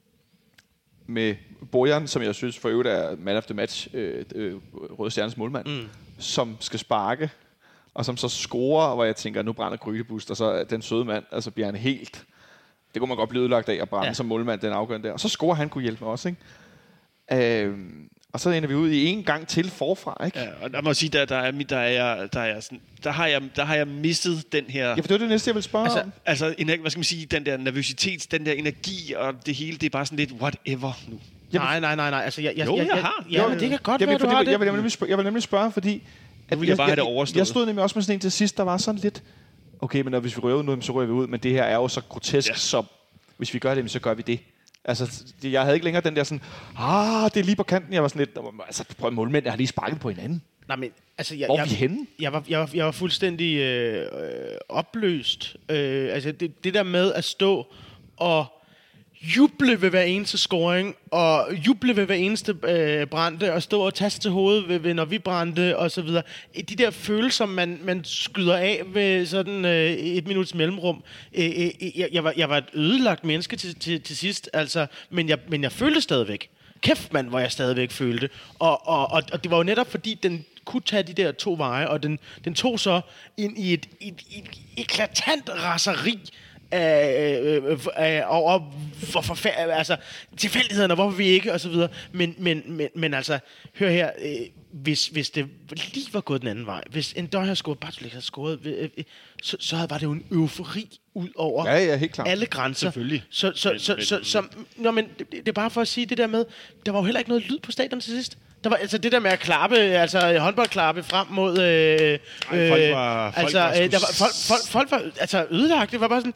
med Bojan, som jeg synes for øvrigt er man of the match, øh, øh, Røde Stjernes målmand, mm. som skal sparke, og som så scorer, hvor jeg tænker, nu brænder Grydebust, og så er den søde mand, altså bliver han helt... Det kunne man godt blive ødelagt af at brænde ja. som målmand, den afgørende der. Og så scorer han, kunne hjælpe mig også, ikke? Øh, og så ender vi ud i en gang til forfra, ikke? Ja, og der må jeg sige, der, der, er, der, er, der, er sådan, der, har jeg, der har jeg mistet den her... Ja, for det var det næste, jeg ville spørge altså, om. Altså, en, hvad skal man sige, den der nervøsitet, den der energi og det hele, det er bare sådan lidt whatever nu. Jamen, nej, nej, nej, nej. Altså, jeg, jeg, jo, jeg, jeg jeg har. Ja, men det kan godt jeg være, vil, du har jeg, det. jeg, vil, jeg, vil nemlig spørge, jeg vil nemlig spørge, fordi... At vil jeg bare jeg, have det jeg, overstået. jeg stod nemlig også med sådan en til sidst, der var sådan lidt... Okay, men når hvis vi rører ud, så rører vi ud, men det her er jo så grotesk, ja. så hvis vi gør det, så gør vi det. Altså, jeg havde ikke længere den der sådan, ah, det er lige på kanten. Jeg var sådan lidt, altså, prøv målmænd, jeg har lige sparket på hinanden. Nej, men altså, jeg, Hvor er jeg, vi henne? Jeg var, jeg var, jeg var fuldstændig øh, øh, opløst. Øh, altså, det, det der med at stå og juble ved hver eneste scoring, og juble ved hver eneste øh, brændte, og stå og taste til hovedet, ved, ved, når vi brændte, og så videre. De der følelser, man, man skyder af ved sådan øh, et minuts mellemrum. Øh, øh, jeg, jeg, var, jeg var et ødelagt menneske til, til, til sidst, altså, men, jeg, men jeg følte stadigvæk. Kæft, mand, hvor jeg stadigvæk følte. Og, og, og, og det var jo netop, fordi den kunne tage de der to veje, og den, den tog så ind i et, et, et eklatant raseri, Øh, øh, øh, over hvor forfærdeligt, altså tilfældighederne, og hvorfor vi ikke, og så videre. Men, men, men, men altså, hør her, øh, hvis, hvis det lige var gået den anden vej, hvis en døj havde scoret, Bartolik havde scoret, øh, øh, så, så havde, var det jo en eufori ud over ja, ja, helt klart. alle grænser. Selvfølgelig. Så, så, Men- så, men- så, så, nå, men det, det er bare for at sige det der med, der var jo heller ikke noget lyd på stadion til sidst. Der var altså det der med at klappe, altså håndboldklappe frem mod... Øh, Ej, folk var- folk altså, var sgu øh, der var, folk, folk, folk var altså ødelagt. Det var bare sådan...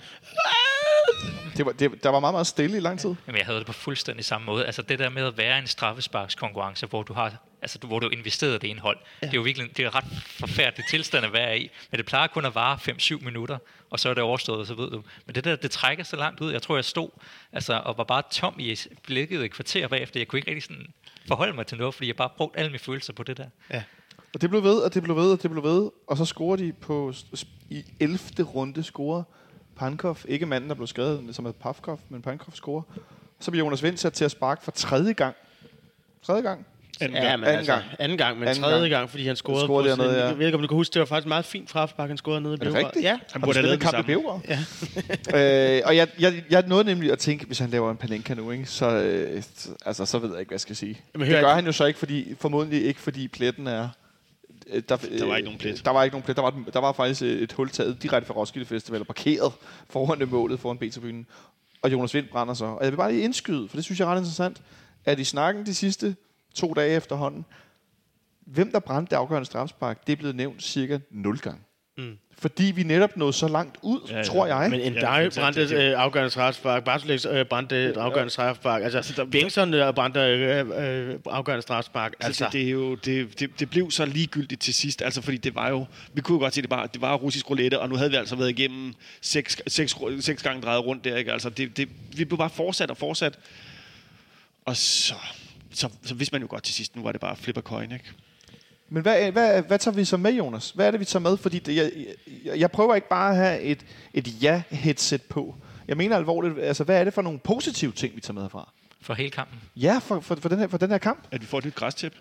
Det var, det, der var meget, meget stille i lang tid. Jamen, jeg havde det på fuldstændig samme måde. Altså det der med at være en straffesparkskonkurrence, hvor du har, altså hvor du investerede det indhold. Ja. Det er jo virkelig, det er ret forfærdelig tilstand at være i. Men det plejer kun at vare fem syv minutter, og så er det overstået, og så ved du. Men det der, det trækker så langt ud. Jeg tror, jeg stod altså, og var bare tom i blikket et kvarter bagefter. Jeg kunne ikke rigtig sådan forholde mig til noget, fordi jeg bare brugte alle mine følelser på det der. Ja. Og det blev ved, og det blev ved, og det blev ved. Og så scorer de på i ellevte runde scorer Pankov. Ikke manden, der blev skrevet som et Pavkov, men Pankov scorer. Så bliver Jonas Vind sat til at sparke for tredje gang. Tredje gang? Anden Ja, gang. men Anden altså, gang. anden gang, men Anden tredje gang. gang, fordi han scorede, scorede på dernede, sådan, ja. jeg ved ikke, om du kan huske, det var faktisk meget fint frafspark, han scorede nede i Er det Beograd. rigtigt? Ja. Han Har burde du have spillet lavet det kamp i samme. Beograd? øh, og jeg, jeg, jeg nåede nemlig at tænke, hvis han laver en Panenka nu, ikke, så, øh, altså, så ved jeg ikke, hvad jeg skal sige. Jamen, Det hør- gør han jo så ikke, fordi, formodentlig ikke, fordi pletten er... øh, Der, Der var ikke nogen plet. Der var ikke nogen plet. Der var, der var faktisk et hul taget direkte fra Roskilde Festival og parkeret foran det målet foran B-tribunen. Og Jonas Vind brænder så. Og jeg vil bare lige indskyde, for det synes jeg er ret interessant, at i snakken de sidste to dage efterhånden, hvem der brændte det afgørende strafspark, det er blevet nævnt cirka nul gange. Mm. Fordi vi netop nåede så langt ud, Ja, ja, ja. tror jeg. Men en Ja, dag fantastisk. brændte øh, afgørende strafspark, Bartolik øh, brændte et afgørende strafspark, altså Bengtsson øh, brændte øh, øh, afgørende strafspark. Altså, Altså, det, det, er jo, det, det, det blev så ligegyldigt til sidst, altså fordi det var jo, vi kunne jo godt se, det var, det var russisk roulette, og nu havde vi altså været igennem seks, seks, seks gange drejet rundt der, ikke? Altså, det, det, vi blev bare fortsat og fortsat, og så, så, så vidste man jo godt til sidst, nu var det bare flip a coin, ikke? Men hvad, hvad, hvad tager vi så med, Jonas? Hvad er det, vi tager med? Fordi det, jeg, jeg, jeg prøver ikke bare at have et, et ja-headset på. Jeg mener alvorligt, altså hvad er det for nogle positive ting, vi tager med herfra? For hele kampen. Ja, for, for, for, den, her, for den her kamp. At vi får et nyt græstæp.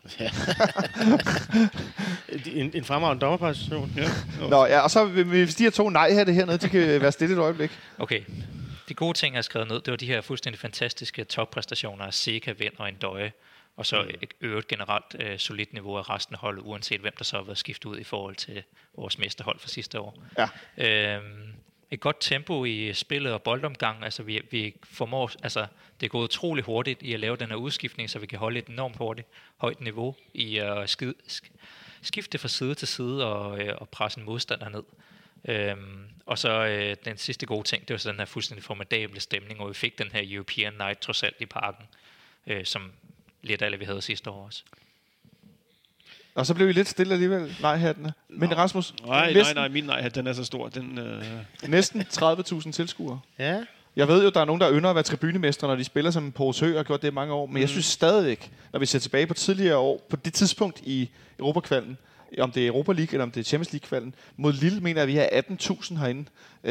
en, en fremragende dommerpræstation. Ja. Nå, ja, og så hvis de her to nej-hatte hernede, de kan være stille et øjeblik. Okay. De gode ting, jeg har skrevet ned, det var de her fuldstændig fantastiske toppræstationer af Seca, Vind og Ndøje. Og så et øvrigt generelt øh, solidt niveau af resten af holdet, uanset hvem der så har været skiftet ud i forhold til vores mesterhold fra sidste år. Ja. Øhm, et godt tempo i spillet og boldomgang. Altså vi, vi formår, altså det er gået utrolig hurtigt i at lave den her udskiftning, så vi kan holde et enormt hurtigt højt niveau i at skid, sk, skifte fra side til side og, øh, og presse en modstander ned. Øhm, og så øh, den sidste gode ting, det var så den her fuldstændig formidable stemning, og vi fik den her European Night trods alt i parken, øh, som lidt af det, vi havde sidste år også. Og så blev I lidt stille alligevel, nej-hattene. Men Rasmus, Nej, næsten, nej, nej, min nej-hat, den er så stor. Den, øh... næsten tredive tusind tilskuere. Ja. Jeg ved jo, der er nogen, der ynder at være tribunemestre, når de spiller som på Hø og har gjort det i mange år. Men mm. jeg synes stadigvæk, når vi ser tilbage på tidligere år, på det tidspunkt i Europakvalden, om det er Europa League eller om det er Champions League-kvalden, mod Lille mener jeg, at vi har atten tusind herinde.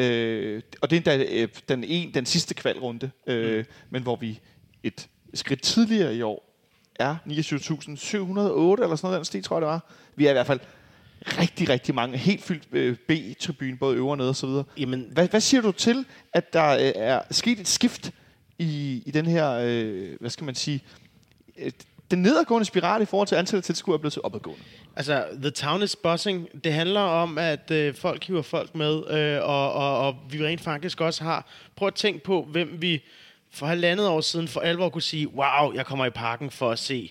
Øh, og det er endda, øh, den, en, den sidste kvalrunde, øh, mm. men hvor vi et skridt tidligere i år er niogtyve tusind syv hundrede og otte eller sådan noget, den stil, tror jeg det var. Vi er i hvert fald rigtig, rigtig mange, helt fyldt øh, B-tribune, både øvre og nede og så videre. Jamen, hvad, hvad siger du til, at der øh, er sket et skift i, i den her, øh, hvad skal man sige, øh, den nedadgående spiral i forhold til antallet af tilskuere er blevet til opadgående? Altså, the town is buzzing. Det handler om, at øh, folk hiver folk med, øh, og, og, og vi rent faktisk også har... Prøv at tænke på, hvem vi for halvandet år siden for alvor kunne sige, wow, jeg kommer i parken for at se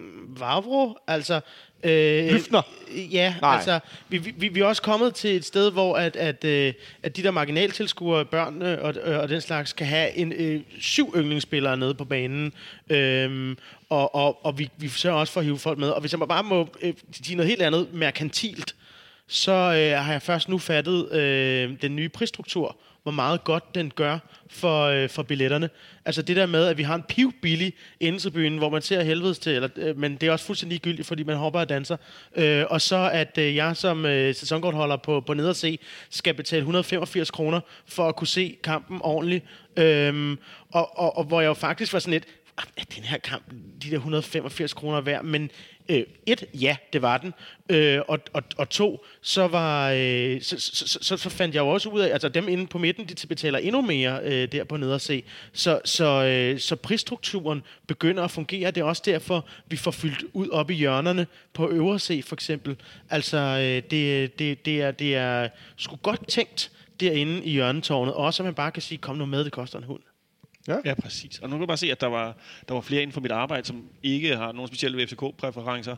Vavro, altså... Øh, Løfner? Ja, Nej. altså, vi, vi, vi er også kommet til et sted, hvor at, at, øh, at de der marginaltilskuere, børn øh, og, øh, og den slags, kan have en øh, syv yndlingsspillere nede på banen, øhm, og, og, og vi, vi sørger også for at hive folk med. Og hvis jeg bare må øh, sige noget helt andet, merkantilt, så øh, har jeg først nu fattet øh, den nye prisstruktur, hvor meget godt den gør for, øh, for billetterne. Altså det der med, at vi har en pivbillig indetribune, hvor man ser helvedes til, eller, øh, men det er også fuldstændig ligegyldigt, fordi man hopper og danser. Øh, og så at øh, jeg som øh, sæsonkortholder på, på ned og se, skal betale et hundrede og femogfirs kroner for at kunne se kampen ordentligt. Øh, og, og, og hvor jeg jo faktisk var sådan lidt, at den her kamp, de der et hundrede og femogfirs kroner værd, men øh, et, ja, det var den, øh, og, og, og to, så var, øh, så, så, så, så fandt jeg jo også ud af, altså dem inde på midten, de betaler endnu mere øh, der på ned og se, så, så, øh, så prisstrukturen begynder at fungere, det er også derfor, vi får fyldt ud op i hjørnerne på øvre se for eksempel, altså øh, det, det, det, er, det er sgu godt tænkt derinde i hjørnetårnet, også at man bare kan sige, kom nu med, det koster en hund. Ja. ja, præcis. Og nu kan du bare se, at der var, der var flere inden for mit arbejde, som ikke har nogen specielle F C K-præferencer,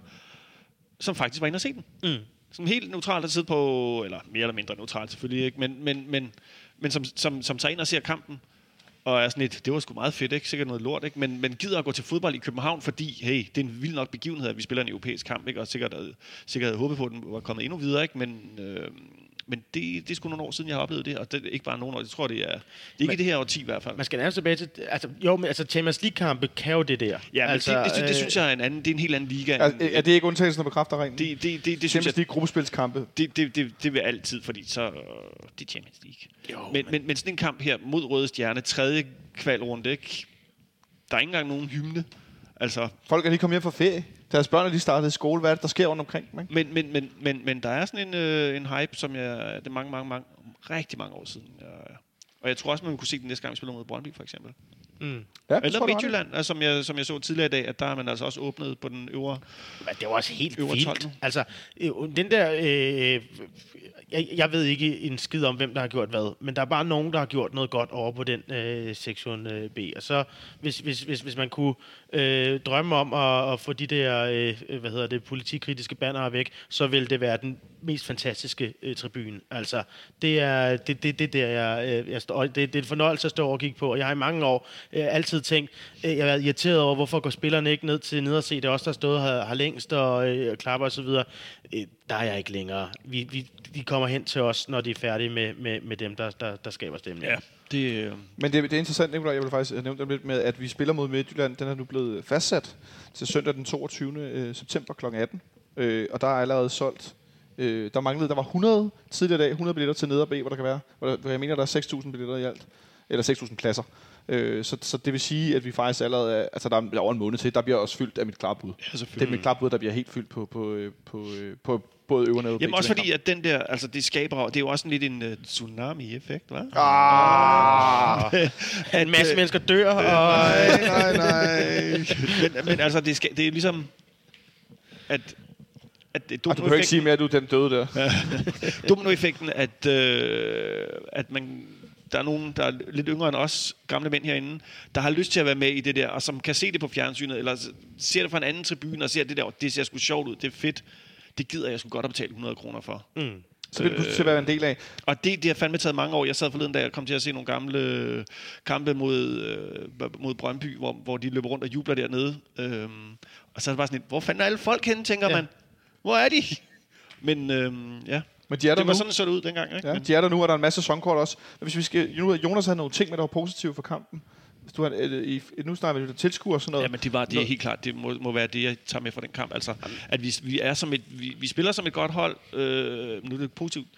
som faktisk var inde og se den. Mm. Som helt neutralt at sidde på, eller mere eller mindre neutralt selvfølgelig, ikke? Men, men, men, men som, som, som tager ind og ser kampen, og er sådan et, det var sgu meget fedt, ikke? Sikkert noget lort, ikke? Men, men gider at gå til fodbold i København, fordi, hey, det er en vild nok begivenhed, at vi spiller en europæisk kamp, ikke? Og sikkert, sikkert havde håbet på, at den var kommet endnu videre, ikke? Men... Øh, Men det, det er sgu nogle år siden, jeg har oplevet det, og det er ikke bare nogle år. Jeg tror, det er, det er ikke men, det her årti i hvert fald. Man skal nærmest tilbage til... Altså, jo, men altså, Champions League-kampe kan jo det der. Ja, men altså, det, det, det, det synes jeg er en anden... Det er en helt anden liga. Er, er det ikke undtagelsen, der bekræfter reglen? Det, det, det, det Champions League gruppespilskampe. Det, det, det, det vil altid, fordi så... Øh, det er Champions League. Jo, men, men, men, men sådan en kamp her mod Røde Stjerne, tredje kvalrunde, ikke? Der er ikke engang nogen hymne. Altså, folk er lige kommet hjem fra ferie. Deres børn er lige startet i skole. Hvad er det, der sker rundt omkring dem, ikke? Men, men, men, men, men der er sådan en, øh, en hype, som jeg... Det er mange, mange, mange... Rigtig mange år siden. Jeg, og jeg tror også, man kunne se den næste gang, vi spiller mod Brøndby, for eksempel. Mm. Ja, eller Midtjylland, altså, som, jeg, som jeg så tidligere i dag, at der har man altså også åbnet på den øvre. Men det var også helt vildt. tolv. Altså, den der... Øh, jeg, jeg ved ikke en skid om, hvem der har gjort hvad, men der er bare nogen, der har gjort noget godt over på den øh, sektion øh, B. Og så, hvis, hvis, hvis, hvis man kunne øh, drømme om at, at få de der, øh, hvad hedder det, politikritiske bannere væk, så vil det være den mest fantastiske øh, tribune. Altså, det er det, det, det der, jeg, jeg står, det, det er en fornøjelse at stå og kigge på, og jeg har i mange år øh, altid tænkt, øh, jeg har været irriteret over, hvorfor går spillerne ikke ned til ned og se, det er også der stået har, har længst og øh, klapper og så videre. Øh, der er jeg ikke længere. Vi, vi, de kommer hen til os, når de er færdige med, med, med dem, der, der, der skaber stemning. Ja. Det, øh... Men det, det er interessant, Nicolaj, jeg vil faktisk have nævnt lidt med, at vi spiller mod Midtjylland. Den er nu blevet fastsat til søndag den toogtyvende september klokken atten. Øh, og der er allerede solgt. Øh, der manglede, der var hundrede tidligere dag, hundrede billetter til neder B, hvor der kan være. Hvor, der, hvor jeg mener, der er seks tusind billetter i alt. Eller seks tusind pladser. Øh, så, så det vil sige, at vi faktisk allerede er, altså der er over en måned til, der bliver også fyldt af mit klare bud. Ja, det er mit klare bud, der bliver helt fyldt på, på, på, på både øvre og nede. Jamen også fordi, at den der, altså det skaber, det er jo også lidt en uh, tsunami-effekt, hva'? Ah! At en masse mennesker dør, og... Nej, nej, nej. men, men altså, det, skal, det er ligesom, at... at du kan ikke sige mere, at du er den døde der. Dominoeffekten, at, øh, at man... Der er nogen, der er lidt yngre end os, gamle mænd herinde, der har lyst til at være med i det der, og som kan se det på fjernsynet, eller ser det fra en anden tribune, og ser det der, det ser sgu sjovt ud, det er fedt. Det gider jeg sgu godt at betale hundrede kroner for. Mm. Så vil du pludselig være en del af. Og det, det har fandme taget mange år. Jeg sad forleden dag og kom til at se nogle gamle kampe mod, øh, mod Brøndby, hvor, hvor de løber rundt og jubler dernede. Øhm, og så er det bare sådan lidt, hvor fanden er alle folk henne, tænker ja. man? Hvor er de? Men øhm, ja, Men de er der det var nu. sådan, så det ud dengang. Ikke? Ja, Men, de er der nu, og der er en masse sæsonkort også. Men hvis vi skal, nu Jonas havde nogle ting med, der var positive for kampen. Hvis du har, øh, i, nu snakker vi lidt tilskuer og sådan noget. ja, men det, var, det er helt klart, det må, må være det, jeg tager med fra den kamp. Altså, at vi, vi, er som et, vi, vi spiller som et godt hold. Øh, nu er det positivt.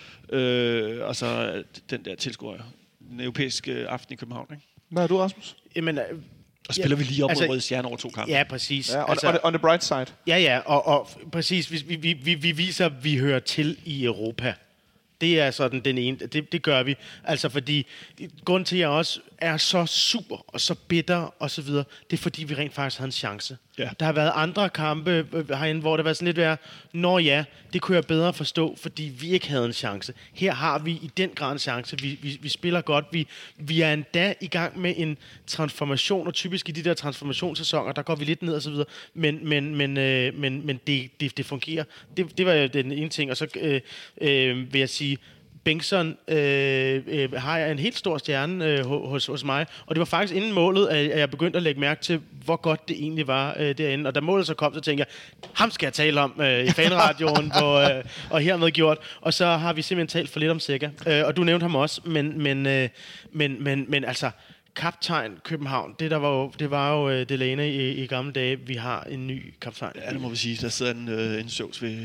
Øh, og så den der tilskuer, den europæiske aften i København. Ikke? Hvad er du, Rasmus? Jamen, øh, Og spiller ja, vi lige op altså, mod Røde Stjerne over to kampe. ja, præcis. Ja, on, altså, on, on the bright side. Ja, ja, og, og præcis, vi, vi, vi, vi viser, at vi hører til i Europa. Det er sådan den ene, det, det gør vi. Altså fordi, grunden til, at jeg også er så super og så bitter og så videre, det er fordi, vi rent faktisk havde en chance. Ja. Der har været andre kampe herinde, hvor det var sådan lidt værd, nå ja, det kunne jeg bedre forstå, fordi vi ikke havde en chance. Her har vi i den grad en chance. Vi, vi, vi spiller godt. Vi, vi er endda i gang med en transformation, og typisk i de der transformationssæsoner, der går vi lidt ned og så videre. Men, men, men, øh, men, men det, det, det fungerer. Det, det var den ene ting. Og så øh, øh, vil jeg sige, Bengtsson øh, øh, har jeg en helt stor stjerne øh, hos, hos mig, og det var faktisk inden målet, at jeg begyndte at lægge mærke til, hvor godt det egentlig var øh, derinde. Og da målet så kom, så tænkte jeg, ham skal jeg tale om øh, i fanradioen, hvor, øh, og hermed gjort. Og så har vi simpelthen talt for lidt om Sækker. Øh, og du nævnte ham også, men, men, øh, men, men, men altså, kaptajn København, det, der var jo, det var jo øh, Delaney i, i gamle dage. Vi har en ny kaptajn. Ja, det må vi sige. Der sidder en, øh, en søvs ved...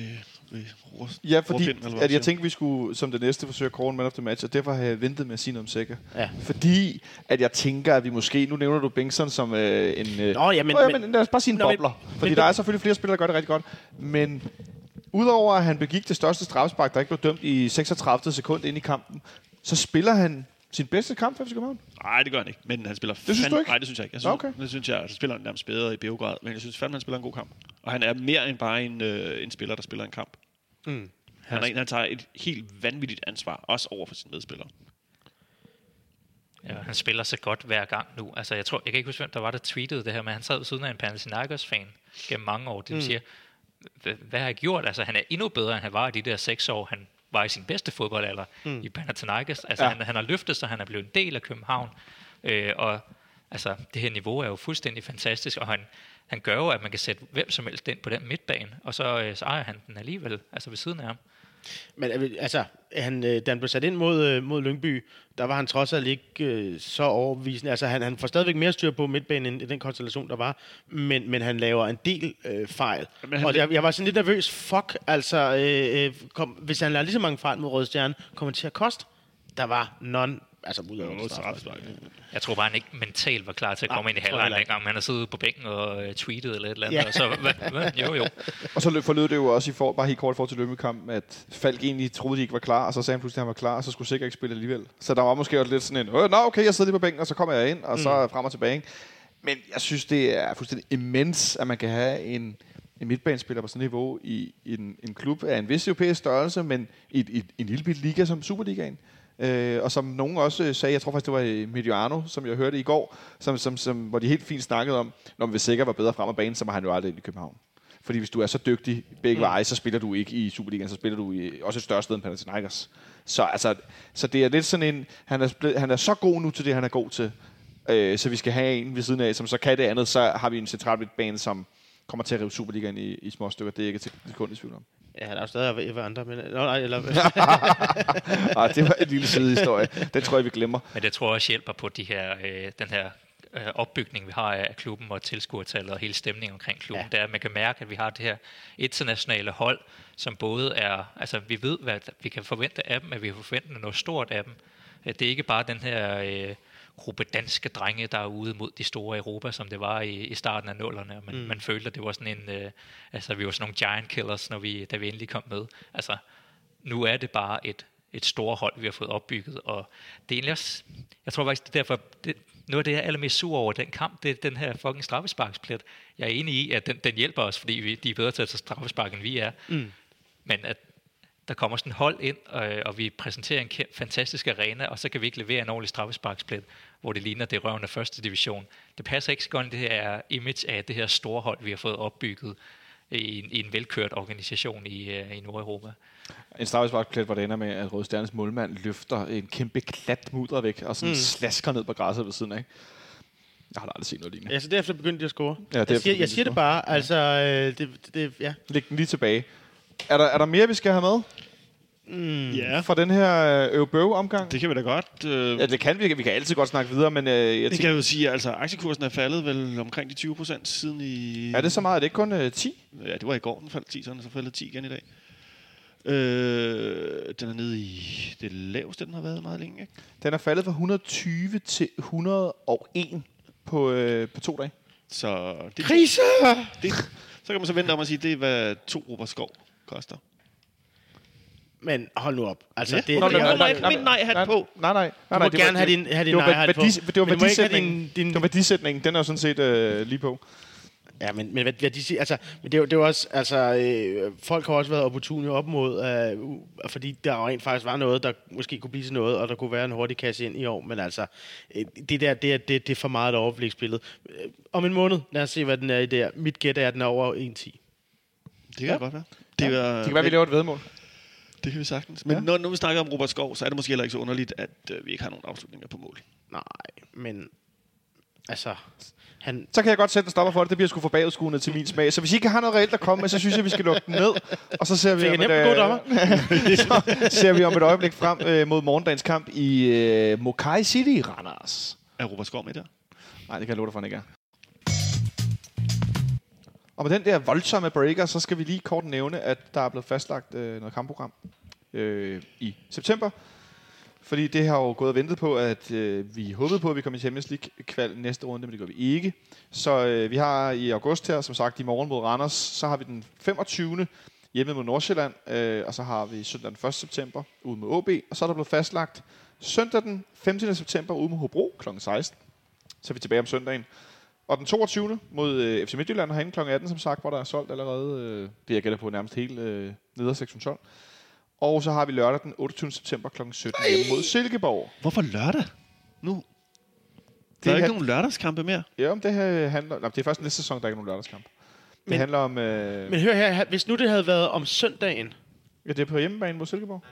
Ja, fordi at jeg tænkte, vi skulle som det næste forsøge at kåre en man of the match, og derfor har jeg ventet med at sige noget om Sækker. Ja. Fordi at jeg tænker, at vi måske... Nu nævner du Bengtsson som øh, en... Øh, Nå, ja, men, øh, men, men lad os bare sige en nå, bobler. men, Fordi men, der er selvfølgelig flere spillere, der gør det rigtig godt. Men udover at han begik det største straffespark, der ikke blev dømt i seksogtredive sekund ind i kampen, så spiller han sin bedste kamp for F C København. Nej, det gør han ikke. Men han spiller... Det synes du ikke? Nej, det synes jeg ikke. Jeg synes, Okay. det synes jeg, at spiller han nærmest bedre i Beograd. Men jeg synes fandme, han spiller en god kamp. Og han er mere end bare en, øh, en spiller, der spiller en kamp. Mm. Han, er en, han tager et helt vanvittigt ansvar, også over for sine medspillere. Ja, han spiller så godt hver gang nu. Altså, jeg tror, jeg kan ikke huske, hvem der var, der tweetede det her, men han sad ved siden af en Panathinaikos-fan gennem mange år. Det vil Mm. sige, hvad har jeg gjort? Altså, han er endnu bedre, end han var i de der seks år. Han var i sin bedste fodboldalder mm. i Panathinaikos. Altså, Ja. han, han har løftet sig, han er blevet en del af København. Øh, og altså, det her niveau er jo fuldstændig fantastisk, og han, han gør jo, at man kan sætte hvem som helst ind på den midtbane, og så, øh, så ejer han den alligevel, altså ved siden af ham. Men altså, han, da han blev sat ind mod, mod Lyngby, der var han trods alt ikke øh, så overbevisende. Altså, han, han får stadigvæk mere styr på midtbanen end i den konstellation, der var. Men, men han laver en del øh, fejl. han- Og jeg, jeg var sådan lidt nervøs. Fuck, altså, øh, øh, kom, hvis han laver lige så mange fejl mod Røde Stjerne, kommer det til at koste? Der var non... Altså, ud af straffespark. Jeg tror bare, han ikke mentalt var klar til at komme Nej, ind i tror jeg halvlejen heller dengang, men han har siddet på bænken og uh, tweetet eller et eller andet, Ja. og så, hvad, hvad, jo jo. Og så lø- forlød det jo også, i for, bare helt kort i forhold til Lømmekampen, at Falk egentlig troede, de ikke var klar, og så sagde han pludselig, at han var klar, og så skulle Sækker ikke spille alligevel. Så der var måske også lidt sådan en, øh, nå okay, jeg sidder lige på bænken, og så kommer jeg ind, og så frem og tilbage. Ikke? Men jeg synes, det er fuldstændig immens, at man kan have en, en midtbanespiller på sådan et niveau i, i en, en klub af en vis europæisk størrelse, men i, i, i en lille bit liga som Superligaen. Øh, og som nogen også sagde, jeg tror faktisk, det var Mediano, som jeg hørte i går, som, som, som, hvor de helt fint snakkede om, når vi sikkert var bedre frem af banen, så var han jo aldrig ind i København. Fordi hvis du er så dygtig begge mm. veje, så spiller du ikke i Superligaen, så spiller du i også et større sted end Panathinaikos. Så, altså, så det er lidt sådan en, han er, blevet, han er så god nu til det, han er god til, øh, så vi skal have en ved siden af, som så kan det andet, så har vi en central midtbane, som kommer til at rive Superligaen i, i små stykker. Det er ikke til sekund i tvivl om. Ja, der er jo stadig Eva andre, men... Nå, nej, eller... Ej, det var en lille sidehistorie. Den tror jeg, vi glemmer. Men det tror jeg også hjælper på de her, øh, den her øh, opbygning, vi har af klubben og tilskuertallet og hele stemningen omkring klubben. Ja. Det er, at man kan mærke, at vi har det her internationale hold, som både er... Altså, vi ved, hvad vi kan forvente af dem, at vi kan forvente noget stort af dem. Det er ikke bare den her... Øh, gruppe danske drenge, der er ude mod de store Europa, som det var i, i starten af nullerne. Man, mm. man følte, at det var sådan en... Øh, altså, vi var sådan nogle giant killers, når vi, da vi endelig kom med. Altså, nu er det bare et, et stort hold, vi har fået opbygget, og det er egentlig også... Jeg tror faktisk, det er derfor... Det, noget af det, jeg er allermest sur over den kamp, det er den her fucking straffesparksplet. Jeg er enig i, at den, den hjælper os, fordi vi, de er bedre til at tage straffespark, end vi er. Mm. Men at der kommer sådan et hold ind, øh, og vi præsenterer en kæm- fantastisk arena, og så kan vi ikke levere en ordentlig straffesparksplet, hvor det ligner, det er røven af første division. Det passer ikke så godt, det her image af det her store hold, vi har fået opbygget i en, i en velkørt organisation i, uh, i Nordeuropa. En straffesparksplet, hvor det ender med, at Røde Stjernes målmand løfter en kæmpe klat mudder væk, og sådan mm. slasker ned på græsset ved siden af. Jeg har aldrig set noget lignende. Ja, så derefter begyndte de at score. Ja, jeg siger, jeg siger det bare, altså, øh, det, det, ja. Læg den lige tilbage. Er der, er der mere, vi skal have med Mm. Ja, fra den her øvebøve-omgang? det kan vi da godt. Øh, Ja, det kan vi. Vi kan altid godt snakke videre, men øh, jeg det tænker, kan jeg jo sige, altså aktiekursen er faldet vel omkring de tyve procent siden i... er det så meget? Er det ikke kun øh, ti? Ja, det var i går, den faldt ti, så den så faldet ti igen i dag. Øh, den er nede i det laveste, den har været meget længe, ikke? Den er faldet fra et hundrede og tyve til et hundrede og en på, øh, på to dage. Så det, Krise! det, så kan man så vente om at sige, det er, hvad to Robert Skov koster. Men hold nu op. Altså, Ja. det, Nå, det, men er- må nej, min nej-hat på. Nej, nej. nej, Du må nej det var- gerne have det- din, have din det var nej-hat på. værdis- Det var Men du må ikke have værdisætningen. din- din- Det var værdisætningen. Den er jo sådan set øh, lige på. Ja, men, men hvad, hvad de siger, altså, men det er jo, det er jo også, altså, øh, folk har også været opportune op mod, øh, uh, fordi der jo rent faktisk var noget, der måske kunne blive til noget, og der kunne være en hurtig kasse ind i år, men altså, øh, det der, det er, det, det er for meget et overbliksbillede. Øh, om en måned, lad os se, hvad den er i der. Mit gæt er, at den er over en komma ti. Det kan ja. godt være. Det, Ja. er, Det kan være, vi laver et vedmål. Det kan vi sagtens. Men Ja. når, når vi snakker om Robert Skov, så er det måske heller ikke så underligt, at øh, vi ikke har nogen afslutninger på mål. Nej, men, altså, han, Så kan jeg godt sætte en stopper for det. Det bliver sgu for bagudskuende til min smag. Så hvis I ikke har noget reelt at komme med, så synes jeg, vi skal lukke den ned. Og så ser vi, Fik om jeg et, nemt en god øh, så ser vi om et øjeblik frem øh, mod morgendagens kamp i øh, Mokai City i Randers. Er Robert Skov med der? Nej, det kan jeg love dig for, han ikke er. Og med den der voldsomme breaker, så skal vi lige kort nævne, at der er blevet fastlagt øh, noget kampprogram øh, i september. Fordi det har jo gået og ventet på, at øh, vi håbede på, at vi kom i Champions League-kval næste runde, men det gør vi ikke. Så øh, vi har i august her, som sagt, i morgen mod Randers, så har vi den femogtyvende hjemme mod Nordsjælland, øh, og så har vi søndag den første september ude med O B, og så er der blevet fastlagt søndag den femtende september ude med Hobro klokken seksten. Så er vi tilbage om søndagen. Og den toogtyvende mod øh, F C Midtjylland herinde klokken atten, som sagt, hvor der er solgt allerede, øh, det jeg gætter på nærmest hele øh, neder sektion tolv. Og så har vi lørdag den otteogtyvende september klokken sytten hjemme mod Silkeborg. Hvorfor lørdag? Nu? Det Der er ikke han- nogen lørdagskampe mere. Ja, om det her handler... Nej, det er først næste sæson, der er ikke nogen lørdagskamp. Det Men- handler om... Øh, men hør her, hvis nu det havde været om søndagen, ja, det er på hjemmebane mod Silkeborg.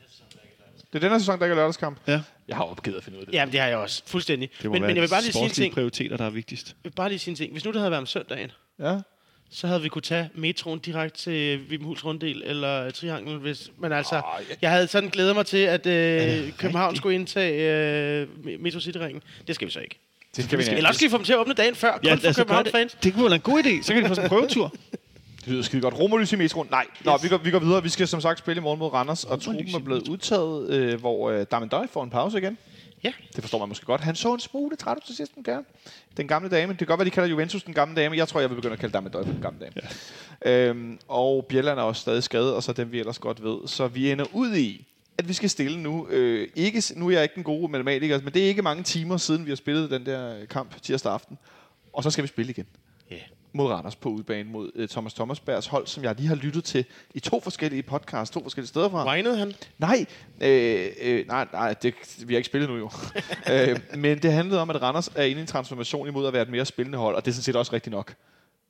Det er den her sæson, der ikke er lørdagskamp. Ja. Jeg har opgivet at finde ud af det. ja, det har jeg også, fuldstændig. Det må Men, være men jeg vil bare lige sige en sportslige ting. prioriteter, der er vigtigst. Jeg vil bare lige sige en ting. Hvis nu det havde været om søndagen, Ja. så havde vi kunne tage metroen direkte til Vibenhuls Runddel eller Triangel. Hvis, men altså, Åh, ja. jeg havde sådan glædet mig til, at øh, det København rigtigt? skulle indtage øh, Metro City-ringen. Det skal vi så ikke. Det skal vi Eller også skal vi få dem til at åbne dagen før, kun Ja, for altså, gør København-fans. det, det kunne være en god idé. Så kan de få sådan en prøvetur. Det lyder skide godt. Romerlys i metroen. Nej, Nå, Yes. vi, går, vi går videre. Vi skal som sagt spille i morgen mod Randers, og truppen Romerlys er i blevet udtaget, øh, hvor øh, Damendøj får en pause igen. Ja. Det forstår man måske godt. Han så en smule træt ud til sidst, den gerne. Den gamle dame. Det kan godt være, de kalder Juventus den gamle dame. Jeg tror, jeg vil begynde at kalde Damendøj for den gamle dame. Ja. Øhm, og Bjelland er også stadig skadet, og så dem vi ellers godt ved. Så vi ender ud i, at vi skal stille nu. Øh, ikke, nu er jeg ikke den gode matematiker, men det er ikke mange timer siden, vi har spillet den der kamp tirsdag aften. Og så skal vi spille igen. Ja. Mod Randers på udebane mod uh, Thomas Thomasbergs hold, som jeg lige har lyttet til i to forskellige podcasts, to forskellige steder fra. Whinede han? Nej, øh, øh, nej, nej, det, vi har ikke spillet nu jo. øh, men det handlede om, at Randers er inde i en transformation imod at være et mere spillende hold, og det er sådan set også rigtigt nok.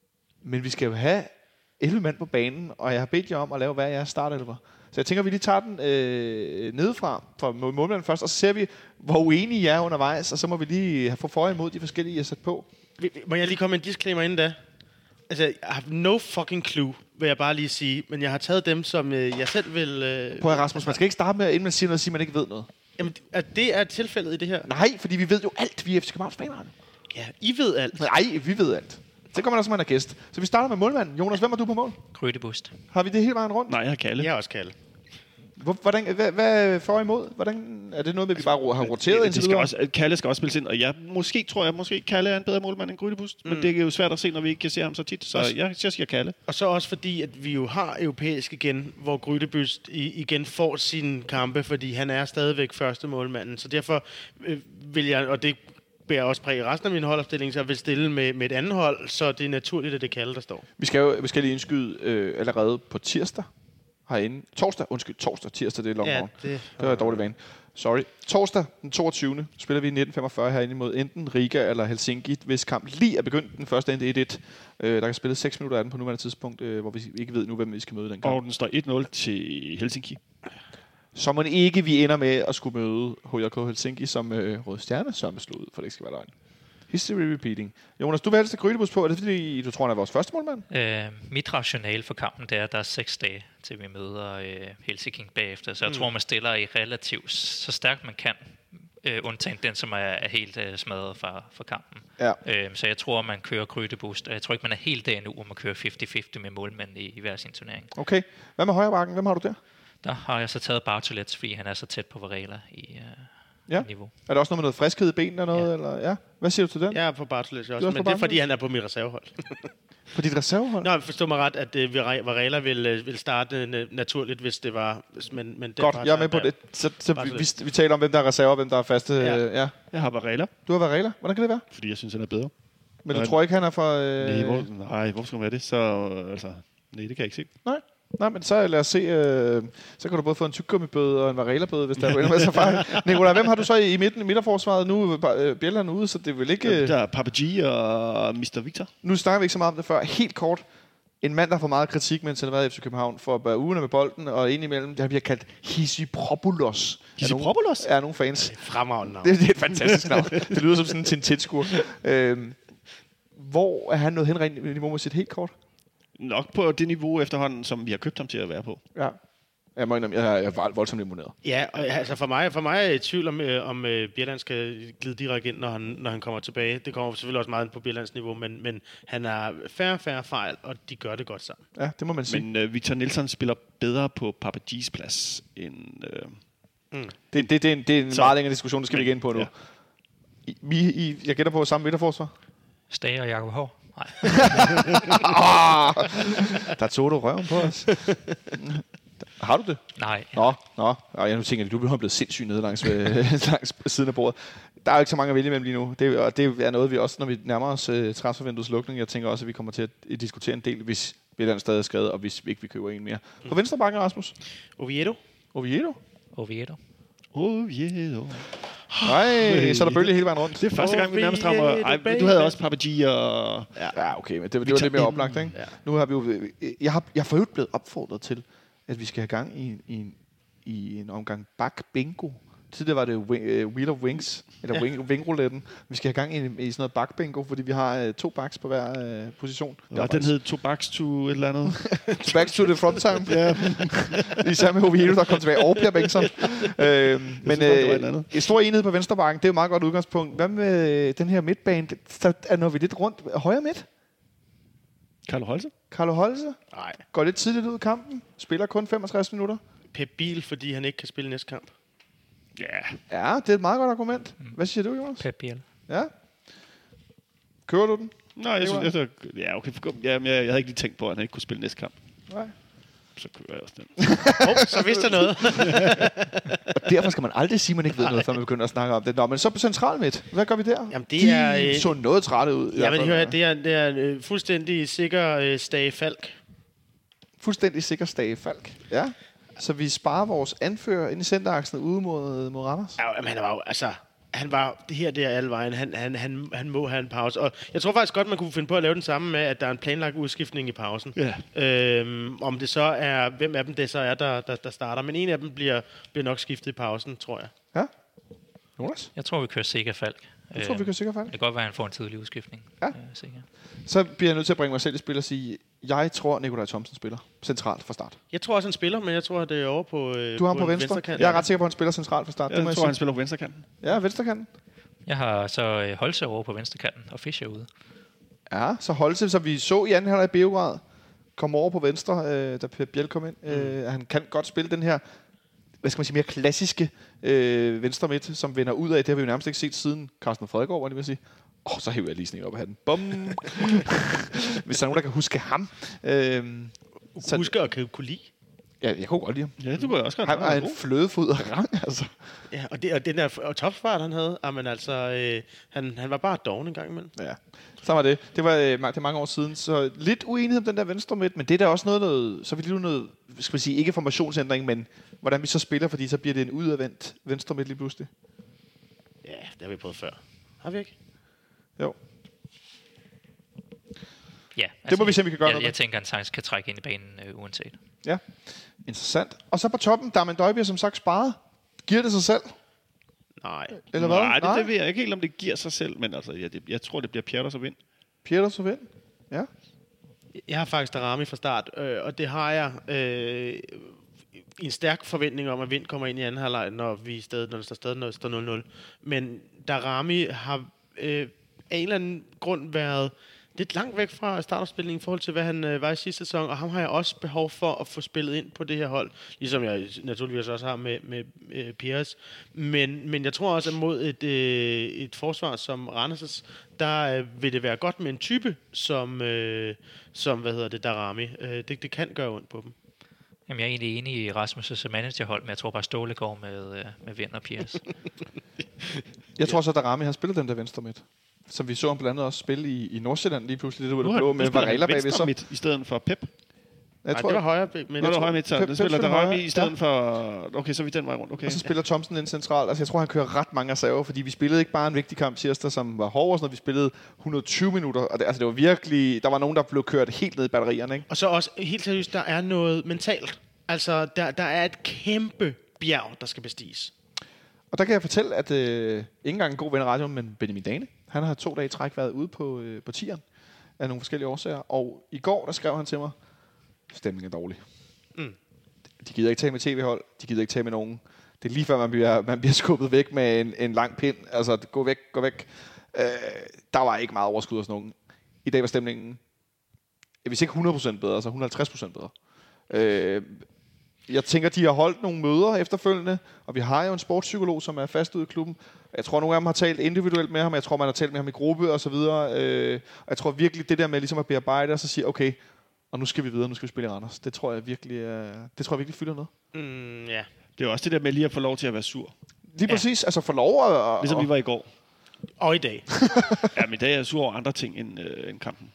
Men vi skal jo have elleve mand på banen, og jeg har bedt jer om at lave hver jeres startelver. Så jeg tænker, at vi lige tager den øh, nedefra, fra målmanden først, og så ser vi, hvor uenige I er undervejs, og så må vi lige få for imod de forskellige, I har sat på. Må jeg lige komme med en disclaimer inden da? Altså, jeg har no fucking clue, vil jeg bare lige sige. Men jeg har taget dem, som øh, jeg selv vil... Øh, Prøv at Rasmus, man skal ikke starte med, inden man siger noget, at sige, at man ikke ved noget. Jamen, at det er tilfældet i det her. Nej, fordi vi ved jo alt, vi er F C Københavns fanere. Ja, I ved alt. Nej, vi ved alt. Så kommer der som man er gæst. Så vi starter med målmanden. Jonas, hvem er du på mål? Grydebust. Har vi det hele vejen rundt? Nej, jeg har Kalle. Jeg er også kaldet. Hvor, hvordan, hvad, hvad får I imod? Hvordan, er det noget med, at vi bare ro- har roteret det indtil skal videre? også, Kalle skal også spilles ind, og jeg måske tror jeg, måske Kalle er en bedre målmand end Grydebust, mm. men det er jo svært at se, når vi ikke kan se ham så tit, så Også- jeg, jeg siger Kalle. Og så også fordi, at vi jo har europæisk igen, hvor Grydebust i, igen får sine kampe, fordi han er stadigvæk første målmanden. Så derfor øh, vil jeg, og det bærer også præg i resten af min holdopstilling, så jeg vil stille med, med et andet hold, så det er naturligt, at det Kalle, der står. Vi skal jo vi skal lige indskyde øh, allerede på tirsdag herinde. Torsdag, undskyld, torsdag, tirsdag, det er long Ja, morgen. det, Det var en dårlig vane. Sorry. Torsdag den toogtyvende spiller vi nitten femogfyrre herinde mod enten Riga eller Helsinki, hvis kamp lige er begyndt. Den første endte et et. Øh, der kan spille seks minutter af den på nuværende tidspunkt, øh, hvor vi ikke ved nu, hvem vi skal møde i den kamp. Og den står et nul til Helsinki. Så må det ikke, vi ender med at skulle møde H J K Helsinki som øh, Røde Stjerne, som er slået ud, for det ikke skal være løgn. History repeating. Jonas, du vil helst have Grydebus på. Er det fordi, du tror, han er vores første målmand? Øh, mit rationale for kampen, det er, at der er seks dage, til vi møder øh, Helsinki bagefter. Så jeg mm. tror, man stiller i relativt så stærkt man kan, øh, undtagen den, som er, er helt øh, smadret fra, fra kampen. Ja. Øh, så jeg tror, man kører Grydebus. Jeg tror ikke, man er helt der endnu, hvor man kører halvtreds halvtreds med målmænd i, i hver sin turnering. Okay. Hvad med højre bakken? Hvem har du der? Der har jeg så taget Bartolets, fordi han er så tæt på Varela i... Øh, Ja. niveau. Er der også noget med noget friskhed i benene og noget? Ja. Eller? Ja. Hvad siger du til den? Jeg er på Bartoles også, også men på det er fordi, han er på mit reservehold. På dit reservehold? Nå, forstå mig ret, at uh, Varela ville, uh, ville starte uh, naturligt, hvis det var... Men, men det Godt, jeg er med på det. Så, så vi, vi, vi taler om, hvem der er reserver, hvem der er faste. Ja. Øh, ja. Jeg har Varela, Du har Varela. Hvordan kan det være? fordi jeg synes, han er bedre. Men du Nej. tror ikke, han er for... Øh... Nej, hvor, nej, hvorfor skulle man være det? Så, øh, altså, nej, det kan jeg ikke se. Nej. Nej, men så lad os se. Øh, så kan du både få en tykgummibøde og en Varela-bøde, hvis der er endnu med så fejl. Nikolaj, hvem har du så i midten, midterforsvaret? Nu er øh, Bjelland ude, så det er vel ikke... Ja, der er Papa G og mister Victor. Nu snakker vi ikke så meget om det før. Helt kort. En mand, der har fået meget kritik, mens han har været i F C København, for at være ude med bolden, og indimellem, det har bliver kaldt Hisipropoulos. Hisipropoulos? Er nogle fans. Fremragende navn. Det, det er et fantastisk navn. Det lyder som sådan en Tintin-skur. Øhm, hvor er han nået hen rent niveaumæssigt helt kort? Nok på det niveau efterhånden, som vi har købt ham til at være på. Ja. Jeg må indrømme, jeg er voldsomt imponeret. Ja, og altså for mig, for mig er jeg i tvivl om, øh, om øh, Bjelland skal glide direkte ind, når han, når han kommer tilbage. Det kommer selvfølgelig også meget på Bjellands niveau, men, men han har færre færre fejl, og de gør det godt sammen. Ja, det må man sige. Men øh, Victor Nielsen spiller bedre på Papa G's plads end... Øh, det, det, det, er en, det er en Så. meget længere diskussion, det skal men, vi ikke ind på nu. Ja. I, vi, I, jeg gætter på samme midterforsvar. Stage og Jakob Hår. Nej. Der tog du røven på os. Har du det? Nej. Nå, nå. Og jeg nu tænker, at du er blevet sindssygt nede langs, langs siden af bordet. Der er jo ikke så mange at vælge mellem lige nu. Det, og det er noget, vi også, når vi nærmer os uh, transfervinduets lukning, jeg tænker også, at vi kommer til at diskutere en del, hvis Bjelland stadig er skrevet, og hvis ikke vi køber en mere. På venstre bakke, Rasmus? Oviedo? Oviedo? Oviedo. Oviedo. Nej, så er der bølge hele vejen rundt. Det er første gang, vi nærmest rammer... Ej, du havde også Papa G og... Ja, okay, men det, det var lidt mere oplagt, ikke? Ja. Nu har vi jo... Jeg har, jeg har forøvrigt blevet opfordret til, at vi skal have gang i en, i en, i en omgang bak-bingo. Tidligere var det uh, Wheel of Wings, eller ja. wing, wing-rouletten. Vi skal have gang i, i sådan noget bak-bingo, fordi vi har uh, to baks på hver uh, position. Ja, den hed To Backs to et eller andet. To Backs to the Front Time. Ja. Især med Oviedo, der kom tilbage, og Pierre Bengtsson. øh, men øh, en stor enhed på venstrebakken, det er jo et meget godt udgangspunkt. Hvad med den her midtbane? Så er når vi lidt rundt. Højre midt? Carlo Holse? Carlo Holse? Nej. Går lidt tidligt ud i kampen. Spiller kun femogtres minutter. Pep Biel, fordi han ikke kan spille næste kamp. Ja. Ja, det er et meget godt argument. Hvad siger du, Jonas? Pep Biel. Ja. Kører du den? Nej, jeg synes, jeg, ja, okay. Ja, jeg, jeg havde ikke lige tænkt på, at han ikke kunne spille næste kamp. Nej. Så kører jeg også den. oh, så vidste jeg noget. Derfor skal man aldrig sige, at man ikke ved noget, før man begynder at snakke om det. Nå, men så på central midt. Hvad gør vi der? Jamen, det De er, øh, så noget trætte ud. Ja, men hør, det er, det er en øh, fuldstændig sikker øh, Stage Falk. Fuldstændig sikker Stage Falk. Ja. Så vi sparer vores anfører ind i centeraksen ude mod, mod Randers. Ja, men han var jo, altså... Han var det her, det er alle vejen. Han, han, han, han må have en pause. Og jeg tror faktisk godt, man kunne finde på at lave den samme med, at der er en planlagt udskiftning i pausen. Ja. Øhm, om det så er, hvem af dem det så er, der, der, der starter. Men en af dem bliver, bliver nok skiftet i pausen, tror jeg. Ja. Jonas? Jeg tror, vi kører sikker Falk. Jeg tror, vi kører sikker Falk. Det kan godt være, at han får en tidlig udskiftning. Ja. Øh, sikker. Så bliver jeg nødt til at bringe mig selv i spil og sige, jeg tror, Nikolaj Thomsen spiller centralt fra start. Jeg tror også, han spiller, men jeg tror, at det er over på øh, Du har ham på, på venstre? venstrekant. Jeg er ret sikker på, at han spiller centralt fra start. Jeg det må tror, jeg han spiller på venstrekanten. Ja, venstrekanten. Jeg har så øh, Holse over på venstrekanten, og Fischer ude. Ja, så Holse, som vi så i anden halvleg i Beograd, kom over på venstre, øh, da Per Biel kom ind. Mm. Øh, han kan godt spille den her, hvad skal man sige, mere klassiske øh, venstre midt, som vender ud af. Det har vi jo nærmest ikke set siden Carsten Fredgaard, var det vil sige. Åh, oh, så hæver jeg lige sådan en op af hatten. Bum! Hvis der er nogen, der kan huske ham. Øh, Huske og kan kunne lide. Ja, jeg kunne godt lide ham. Ja, det kunne jeg også godt. Han var en flødefod og rang, altså. Ja, og, det, og den der og topfart, han havde, men altså, øh, han, han var bare doven en gang imellem. Ja, så var det. Det var øh, det er mange år siden, så lidt uenighed om den der venstre midt, men det er da også noget, noget så vil det noget, skal man sige, ikke formationsændring, men hvordan vi så spiller, fordi så bliver det en udadvendt venstre midt lige pludselig. Ja, det har vi prøvet før. Har vi ikke? Jo. Ja, altså, det må vi se, om vi kan gøre jeg, noget. Jeg tænker, at han sagtens kan trække ind i banen øh, uanset. Ja, interessant. Og så på toppen, der er Mandøjbjerg som sagt sparet. Giver det sig selv? Nej. Eller hvad? Nej, det, det ved jeg ikke helt, om det giver sig selv, men altså, ja, det, jeg tror, det bliver Pieter og Vind. Pieter og Vind? Ja. Jeg har faktisk Darami fra start, øh, og det har jeg øh, i en stærk forventning om, at Vind kommer ind i anden halvleg, når vi stadig, når der står stadig når der står nul nul. Men Darami har øh, af en eller anden grund været lidt langt væk fra startopspilningen i forhold til, hvad han øh, var i sidste sæson, og ham har jeg også behov for at få spillet ind på det her hold, ligesom jeg naturligvis også har med, med øh, Pires. Men, men jeg tror også, at mod et, øh, et forsvar som Randers', der øh, vil det være godt med en type, som, øh, som hvad hedder det, Darami. Øh, det, det kan gøre ondt på dem. Jamen, jeg er egentlig enig i Rasmus' managerhold, men jeg tror bare, Ståle går med, øh, med Vind og Piers. Jeg tror så, at Darami har spillet den der venstre midt. Som vi så ham blandt andet også spille i, i Nordsjælland lige pludselig. Det var det blå med Varela bagved så. Midt, i stedet for Pep. Jeg Nej, tror, det var højre midt. Nå, det var højre midt, så Pep, det spiller Pep Darami højre. i stedet Ja. for... Okay, så er vi den vej rundt. Okay. Og så spiller Thomsen ind centralt. Altså, jeg tror, han kører ret mange reserver, fordi vi spillede ikke bare en vigtig kamp tirsdag, som var hård, og sådan noget. Vi spillede et hundrede og tyve minutter, og det, altså, det var virkelig... Der var nogen, der blev kørt helt ned i batterierne, ikke? Og så også, helt seriøst, der er noget mentalt. Altså, der, der er et kæmpe bjerg, der skal bestiges. Og der kan jeg fortælle, at øh, ikke engang en god ven af radioen, men Benjamin Dane, han har to dage i træk været ude på, øh, på tieren af nogle forskellige årsager. Og i går, der skrev han til mig, stemningen er dårlig. Mm. De gider ikke tage med tv-hold, de gider ikke tage med nogen. Det er lige før, man bliver, man bliver skubbet væk med en, en lang pind. Altså, gå væk, gå væk. Øh, der var ikke meget overskud hos nogen. I dag var stemningen, hvis ikke hundrede procent bedre, så hundrede og halvtreds procent bedre. Øh, Jeg tænker, de har holdt nogle møder efterfølgende, og vi har jo en sportspsykolog, som er fast ude i klubben. Jeg tror, nogle af dem har talt individuelt med ham, jeg tror, man har talt med ham i gruppe og så videre. Øh, og jeg tror virkelig, det der med ligesom at bearbejde og så sige, okay, og nu skal vi videre, nu skal vi spille i Randers. Det tror jeg virkelig, øh, det tror jeg virkelig fylder noget. Mm, ja. Det er også det der med lige at få lov til at være sur. Lige ja. præcis, altså få lov at... Og, Ligesom vi var i går. Og i dag. Ja, men i dag er jeg sur over andre ting end, øh, end kampen.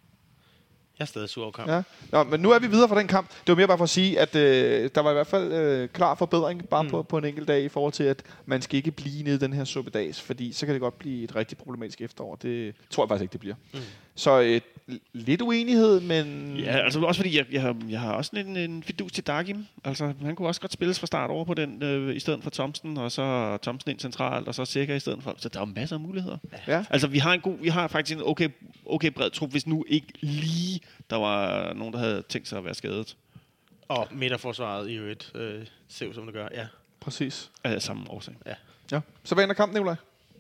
Jeg er stadig sur over kampen. Ja. Nå, men nu er vi videre fra den kamp. Det var mere bare for at sige, at øh, der var i hvert fald øh, klar forbedring bare mm. på, på en enkelt dag i forhold til, at man skal ikke blive nede i den her suppedags, fordi så kan det godt blive et rigtig problematisk efterår. Det tror jeg faktisk ikke, det bliver. Mm. Så øh, lidt uenighed, men... Ja, altså også fordi, jeg, jeg, har, jeg har også en, en fidus til Dargim. Altså, han kunne også godt spilles fra start over på den, øh, i stedet for Thomsen, og så Thomsen ind centralt, og så Sikker i stedet for. Så der er masser af muligheder. Ja. Altså, vi har, en god, vi har faktisk en okay, okay bred trup, hvis nu ikke lige der var nogen, der havde tænkt sig at være skadet. Og midterforsvaret i øvrigt øh, ser ud som det gør, ja. Præcis. Af samme årsag. Ja. Ja. Så hvad ender kampen, Nikolaj?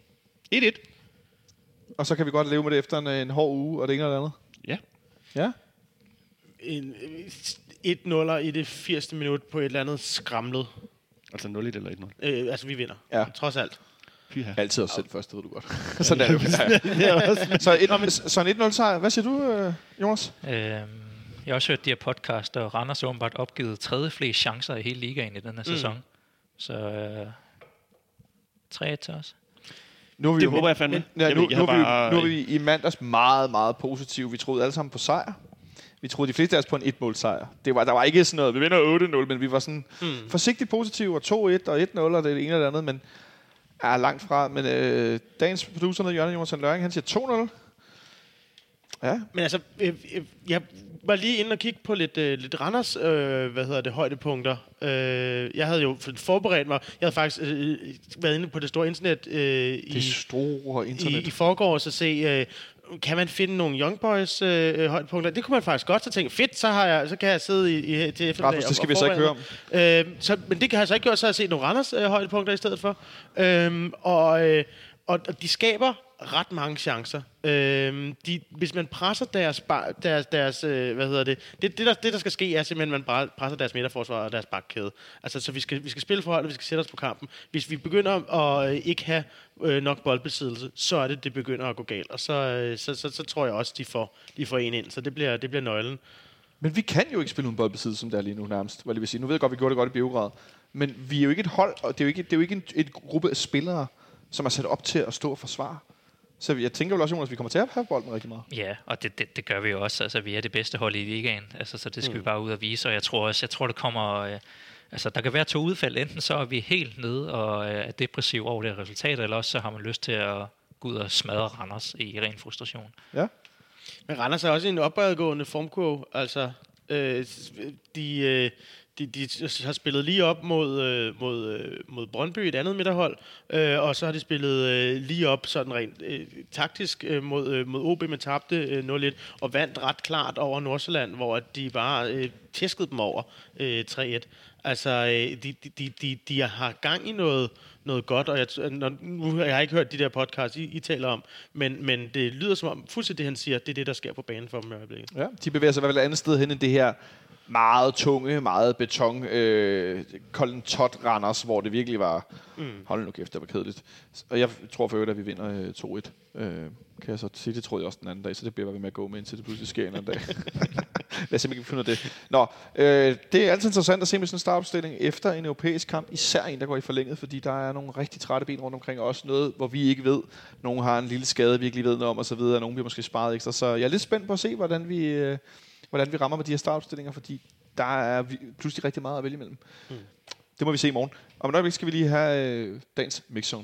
et et. Og så kan vi godt leve med det efter en, en hård uge, og det ene eller andet. Ja. Ja. En, et nul i det firsende minut på et eller andet skramlet. Altså nul et eller et nul. Øh, altså, vi vinder. Ja. Trods alt. Pyha. Altid os selv først, det ved du godt. Sådan er det jo. Så, et, så en et nul sejr. Hvad siger du, Jonas? Øhm, jeg har også hørt de her podcaster, og Randers har åbenbart opgivet tredje flest chancer i hele ligaen i den her mm. sæson. Så øh, tre et til os. Nu er vi Det jo, håber jeg fandme. Ja, Jeg nu, ved, jeg nu, har er vi, bare- nu er vi i mandags meget, meget positive. Vi troede alle sammen på sejr. Vi troede de fleste af os på en et-mål sejr. Det var, der var ikke sådan noget, vi vinder otte nul, men vi var sådan mm. forsigtigt positive, og to et og et nul, og det ene eller det andet, men er langt fra. Men øh, dagens producer, Jørgen Jonathan Løring, han siger to nul. Ja. Men altså, øh, øh, jeg var lige inde og kigge på lidt, øh, lidt Randers, øh, hvad hedder det, højdepunkter. Øh, jeg havde jo forberedt mig, jeg havde faktisk øh, været inde på det store internet øh, i, Det store internet. i, i forgårs og se, øh, kan man finde nogle Young Boys øh, højdepunkter? Det kunne man faktisk godt, så tænke, fedt, så, har jeg, så kan jeg sidde i, i til eftermiddag. Rasmus, det skal vi så ikke høre om. Øh, så, men det kan jeg så ikke gjort, så har jeg set nogle Randers øh, højdepunkter i stedet for. Øh, og, øh, og, og de skaber ret mange chancer. Øhm, de, hvis man presser deres, bar, deres, deres øh, hvad hedder det, det, det, der, det der skal ske er simpelthen, at man presser deres midterforsvar og deres bakkæde. Altså, så vi skal, vi skal spille for holdet, vi skal sætte os på kampen. Hvis vi begynder at øh, ikke have øh, nok boldbesiddelse, så er det, det begynder at gå galt. Og så, øh, så, så, så tror jeg også, de får, de får en ind. Så det bliver, det bliver nøglen. Men vi kan jo ikke spille uden boldbesiddelse, som det er lige nu nærmest. Hvad det vil sige. Nu ved jeg godt, vi gjorde det godt i Beograd. Men vi er jo ikke et hold, og det er jo ikke, det er jo ikke en et gruppe af spillere, som er sat op til at stå og forsvare. Så jeg tænker vel også, Jonas, at vi kommer til at have bolden rigtig meget. Ja, og det, det, det gør vi jo også. Altså, vi er det bedste hold i ligaen, altså, så det skal mm. vi bare ud og vise. Og jeg tror også, jeg tror, det kommer... Øh, altså, der kan være to udfald. Enten så er vi helt nede og øh, er depressiv over det resultat, eller også så har man lyst til at gå ud og smadre Randers i ren frustration. Ja. Men Randers er også i en opadgående formkurve. Altså, øh, de... Øh, de, de har spillet lige op mod, øh, mod, øh, mod Brøndby, et andet midterhold, øh, og så har de spillet øh, lige op sådan rent øh, taktisk øh, mod, øh, mod O B, men tabte øh, nul et, og vandt ret klart over Nordsjælland, hvor de bare øh, tæskede dem over øh, tre et. Altså, øh, de, de, de, de har gang i noget, noget godt, og jeg, når, nu har jeg ikke hørt de der podcasts, I, I taler om, men, men det lyder som om, fuldstændig det han siger, det er det, der sker på banen for dem i øjeblikket. Ja, de bevæger sig i hvert fald et andet sted hen end det her meget tunge, meget beton, øh, Colin Todd Randers, hvor det virkelig var, mm. hold nu kæft, det var kedeligt. Og jeg tror for øvrigt, at vi vinder øh, to et. Øh, kan jeg så sige, det troede jeg også den anden dag, så det bliver vi med at gå med, indtil det pludselig sker en anden dag. Jeg simpelthen ikke finde det. Nå, øh, det er altid interessant at se med sådan en startopstilling efter en europæisk kamp, især en, der går i forlænget, fordi der er nogle rigtig trætte ben rundt omkring, og også noget, hvor vi ikke ved. Nogle har en lille skade, vi ikke lige ved noget om, og så videre. Nogle bliver måske sparet ekstra. Så jeg er lidt spændt på at se, hvordan vi, øh, hvordan vi rammer med de her startopstillinger, fordi der er pludselig rigtig meget at vælge imellem. Hmm. Det må vi se i morgen. Om et øjeblik skal vi lige have øh, dagens mixzone.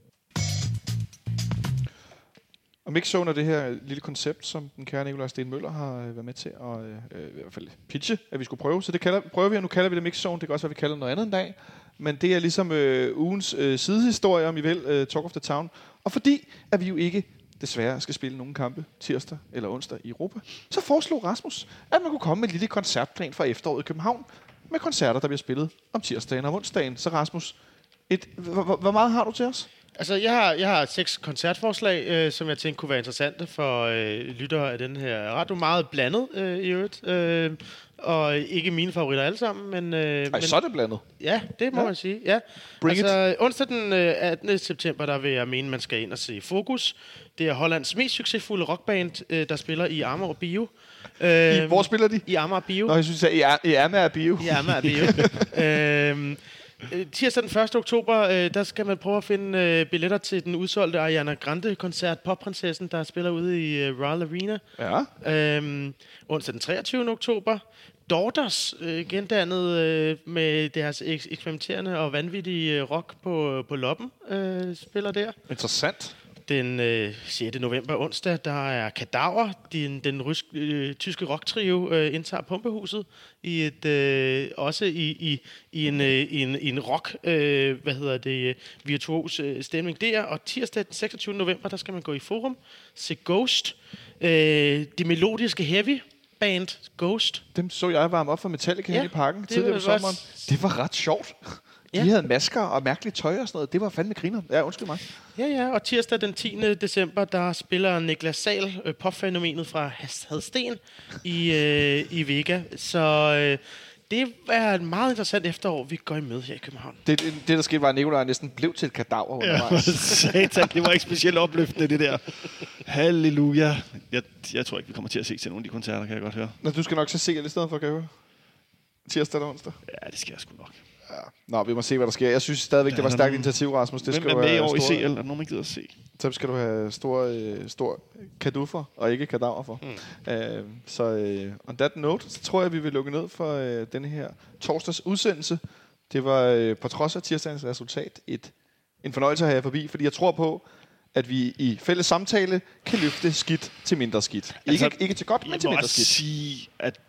Og mixzone er det her lille koncept, som den kære Nikolaj Sten Møller har øh, været med til at øh, i hvert fald pitche, at vi skulle prøve. Så det kalder, prøver vi, og nu kalder vi det mixzone. Det kan også være, vi kalder det noget andet en dag. Men det er ligesom øh, ugens øh, sidehistorie, om I vil, øh, Talk of the Town. Og fordi at vi jo ikke desværre skal spille nogle kampe tirsdag eller onsdag i Europa, så foreslog Rasmus, at man kunne komme med en lille koncertplan for efteråret i København, med koncerter, der bliver spillet om tirsdagen og onsdagen. Så Rasmus, et, hvor meget har du til os? Altså, jeg har, jeg har seks koncertforslag, øh, som jeg tænkte kunne være interessante for øh, lyttere af den her radio. Meget blandet øh, i øvrigt, øh, og ikke mine favoritter alle sammen. Men, øh, Ej, men, så er det blandet. Ja, det må ja. man sige. Ja. Bring altså, it. Onsdag den øh, attende september, der vil jeg mene, man skal ind og se Fokus. Det er Hollands mest succesfulde rockband, øh, der spiller i Amager Bio. Øh, I, hvor spiller de? I Amager Bio. Nå, jeg synes, at I er, I er med Bio. I Amager Bio. øh, Tirsdag den første oktober, øh, der skal man prøve at finde øh, billetter til den udsolgte Ariana Grande-koncert, Popprinsessen, der spiller ude i øh, Royal Arena. Ja. Øhm, onsdag den treogtyvende oktober, Daughters, øh, gendannet øh, med deres eks- eksperimenterende og vanvittige øh, rock på, på Loppen, øh, spiller der. Interessant. Den øh, sjette november onsdag, der er Kadaver, den, den rysk, øh, tyske rocktrio, øh, indtager Pumpehuset i et øh, også i, i, i en øh, i en, i en rock øh, hvad hedder det virtuos øh, stemning der. Og tirsdag den seksogtyvende november, der skal man gå i Forum, se Ghost, øh, det melodiske heavy band Ghost. Dem så jeg varme op for Metallica ja, her i parken tidligere på sommeren. Det var ret sjovt. De ja. havde masker og mærkeligt tøj og sådan noget. Det var fandme griner. Ja, undskyld mig. Ja, ja. Og tirsdag den tiende december, der spiller Niklas Sahl, øh, popfænomenet fra Hadsten i, øh, i Vega. Så øh, det er et meget interessant efterår, vi går i møde her i København. Det, det, det der skete, var, at Nikolaj næsten blev til et kadaver undervejs. Ja, satan, det var ikke specielt opløftende, det der. Halleluja. Jeg, jeg tror ikke, vi kommer til at se til nogle af de koncerter, kan jeg godt høre. Nå, du skal nok så se i stedet for, kan jeg høre? Tirsdag eller onsdag? Ja, det skal jeg sgu nok. Ja. Nå, vi må se, hvad der sker. Jeg synes stadigvæk, ja, det var stærkt initiativ, Rasmus. Det Hvem skal er du med i have år i stor, C L? Er der nogen, man gider at se? Så skal du have stor, øh, stor kaduffer, og ikke kadaver for. Mm. Uh, så uh, on that note, så tror jeg, vi vil lukke ned for uh, denne her torsdags udsendelse. Det var uh, på trods af tirsdagens resultat et, en fornøjelse at have forbi, fordi jeg tror på, at vi i fælles samtale kan løfte skidt til mindre skidt. Altså, ikke, ikke til godt, men til mindre skidt. Jeg må sige, at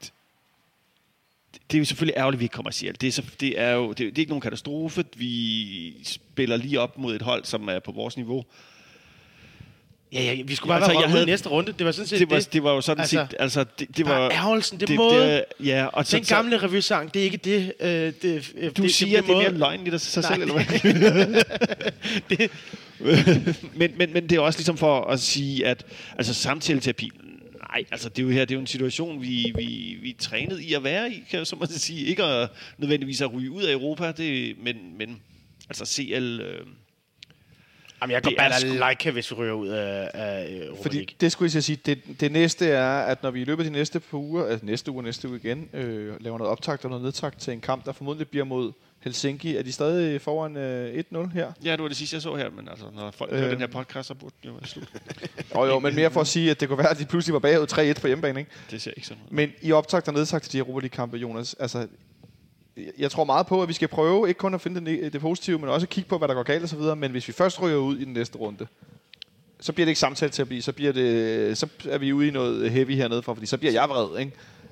det er jo selvfølgelig ærgerligt, at vi ikke kommer at sige alt. Det er, så, det er jo det, det er ikke nogen katastrofe. Vi spiller lige op mod et hold, som er på vores niveau. Ja, ja, vi skulle bare altså, være havde, i næste runde. Det var sådan set det. Var, det. det var jo sådan altså, set... Altså, det, det var ærgelsen, det, det måde... Det, ja, og den så, gamle revysang, det er ikke det... Øh, det du det, siger, det, det, det er mere løgn i dig sig selv, eller hvad? det. men, men, men det er også ligesom for at sige, at altså, samtaleterapi... Nej, altså det er jo her, det er jo en situation, vi, vi, vi er trænet i at være i, kan jeg så må sige. Ikke at nødvendigvis at ryge ud af Europa, det, men, men altså C L... Øh, Jamen, jeg går bare like, hvis vi ryger ud af, af Europa. Fordi det skulle jeg sige, det, det næste er, at når vi i løbet af de næste par uger, altså næste uge og næste uge igen, øh, laver noget optakt og noget nedtakt til en kamp, der formodentlig bliver mod Helsinki. Er de stadig foran øh, et nul her? Ja, det var det sidste, jeg så her, men altså, når folk hører øh. den her podcast, så burde det jo være slut. jo, jo, men mere for at sige, at det kunne være, at de pludselig var bagud tre et på hjemmebane, ikke? Det ser ikke sådan ud. Men i optakt og nedtakt til de Europa League-kampe, Jonas, altså, jeg tror meget på, at vi skal prøve, ikke kun at finde det, det positive, men også at kigge på, hvad der går galt og så videre. Men hvis vi først ryger ud i den næste runde, så bliver det ikke samtale til at blive, så, bliver det, så er vi ude i noget heavy hernede for, fordi så bliver jeg vred, ikke?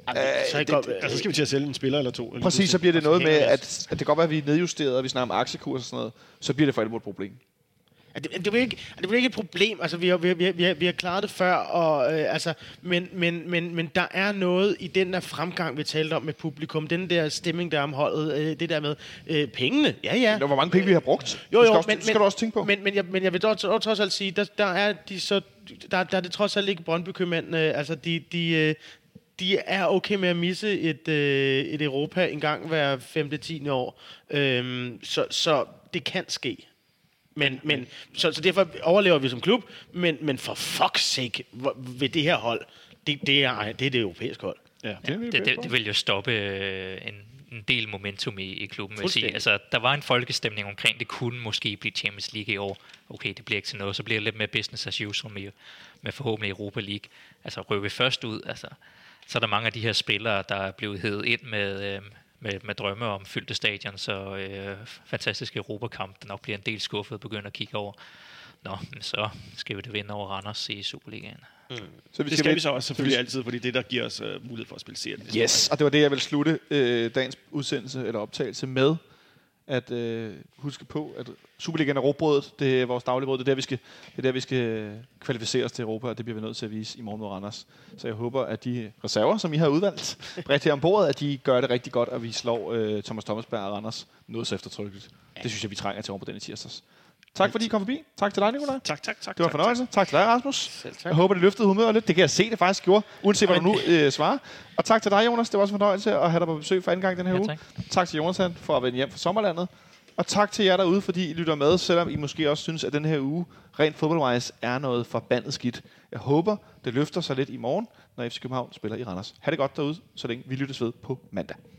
Jamen, det, så, det- godt, det- Altså, så skal vi til at sælge en spiller eller to. Præcis, så bliver det Og så noget med, hænger det. at, at det kan godt være, at vi er nedjusteret, og vi snakker om aktiekurs og sådan noget. Så bliver det for alvor et problem. Ja, det, det, er ikke, det er ikke et problem. Altså, vi har, vi, har, vi, har, vi, har, vi har klaret det før, og, øh, altså, men, men, men, men der er noget i den der fremgang, vi talte om med publikum. Den der stemning, der er om holdet. Øh, det der med øh, pengene. Ja, ja. Hvor mange penge vi har brugt. Jo, det jo, skal, også, men, det skal men, du også tænke på. Men, men, jeg, men jeg vil dog, dog trods alt sige, der, der er de så, der, der er det trods alt ikke Brøndby-købmændene. Altså, de, de, øh, de er okay med at misse et, øh, et Europa en gang hver femte tiende år. Øhm, så, så det kan ske. Men, men, så, så derfor overlever vi som klub, men, men for fuck's sake, hvor- ved det her hold, det, det, er, det er det europæiske hold. Ja. Det, det, det vil jo stoppe øh, en, en del momentum i, i klubben, vil jeg sige. Fuldstændig. Altså, der var en folkestemning omkring, det kunne måske blive Champions League i år. Okay, det bliver ikke til noget. Så bliver det lidt mere business as usual med, med forhåbentlig Europa League. Altså, røver vi først ud, altså, så er der mange af de her spillere, der er blevet hævet ind med, øh, med, med drømme om fyldte stadions og øh, fantastiske Europakamp, der nok bliver en del skuffet og begynder at kigge over. Nå, men så skal vi da vinde over Randers i Superligaen. Så vi Det skal vi vente- så også selvfølgelig altid, fordi det er der giver os uh, mulighed for at spille serien. Yes, og det var det, jeg ville slutte øh, dagens udsendelse eller optagelse med. At øh, huske på, at Superligaen er råbrødet. Det er vores daglige brød. Det er der, vi skal, det er der, vi skal kvalificere os til Europa, og det bliver vi nødt til at vise i morgen mod Randers. Så jeg håber, at de reserver, som I har udvalgt bredt her ombord, at de gør det rigtig godt, og vi slår øh, Thomas Thomasberg og Randers noget så eftertrykkeligt. Det synes jeg, vi trænger til over på denne tirsdags. Tak fordi I kom forbi. Tak til dig, Nikolaj. Tak, tak, tak. Det var en tak, fornøjelse. Tak, tak til dig, Rasmus. Selv tak. Jeg håber, det løftede humøret lidt. Det kan jeg se, det faktisk gjorde, uanset hvad du nu øh, svarer. Og tak til dig, Jonas. Det var også en fornøjelse at have dig på besøg for anden gang den her Ja, uge. tak. Tak til Jonathan for at vende hjem fra sommerlandet. Og tak til jer derude, fordi I lytter med, selvom I måske også synes, at den her uge rent fodboldwise er noget forbandet skidt. Jeg håber, det løfter sig lidt i morgen, når F C København spiller i Randers. Ha' det godt derude, så længe vi lyttes ved på mandag.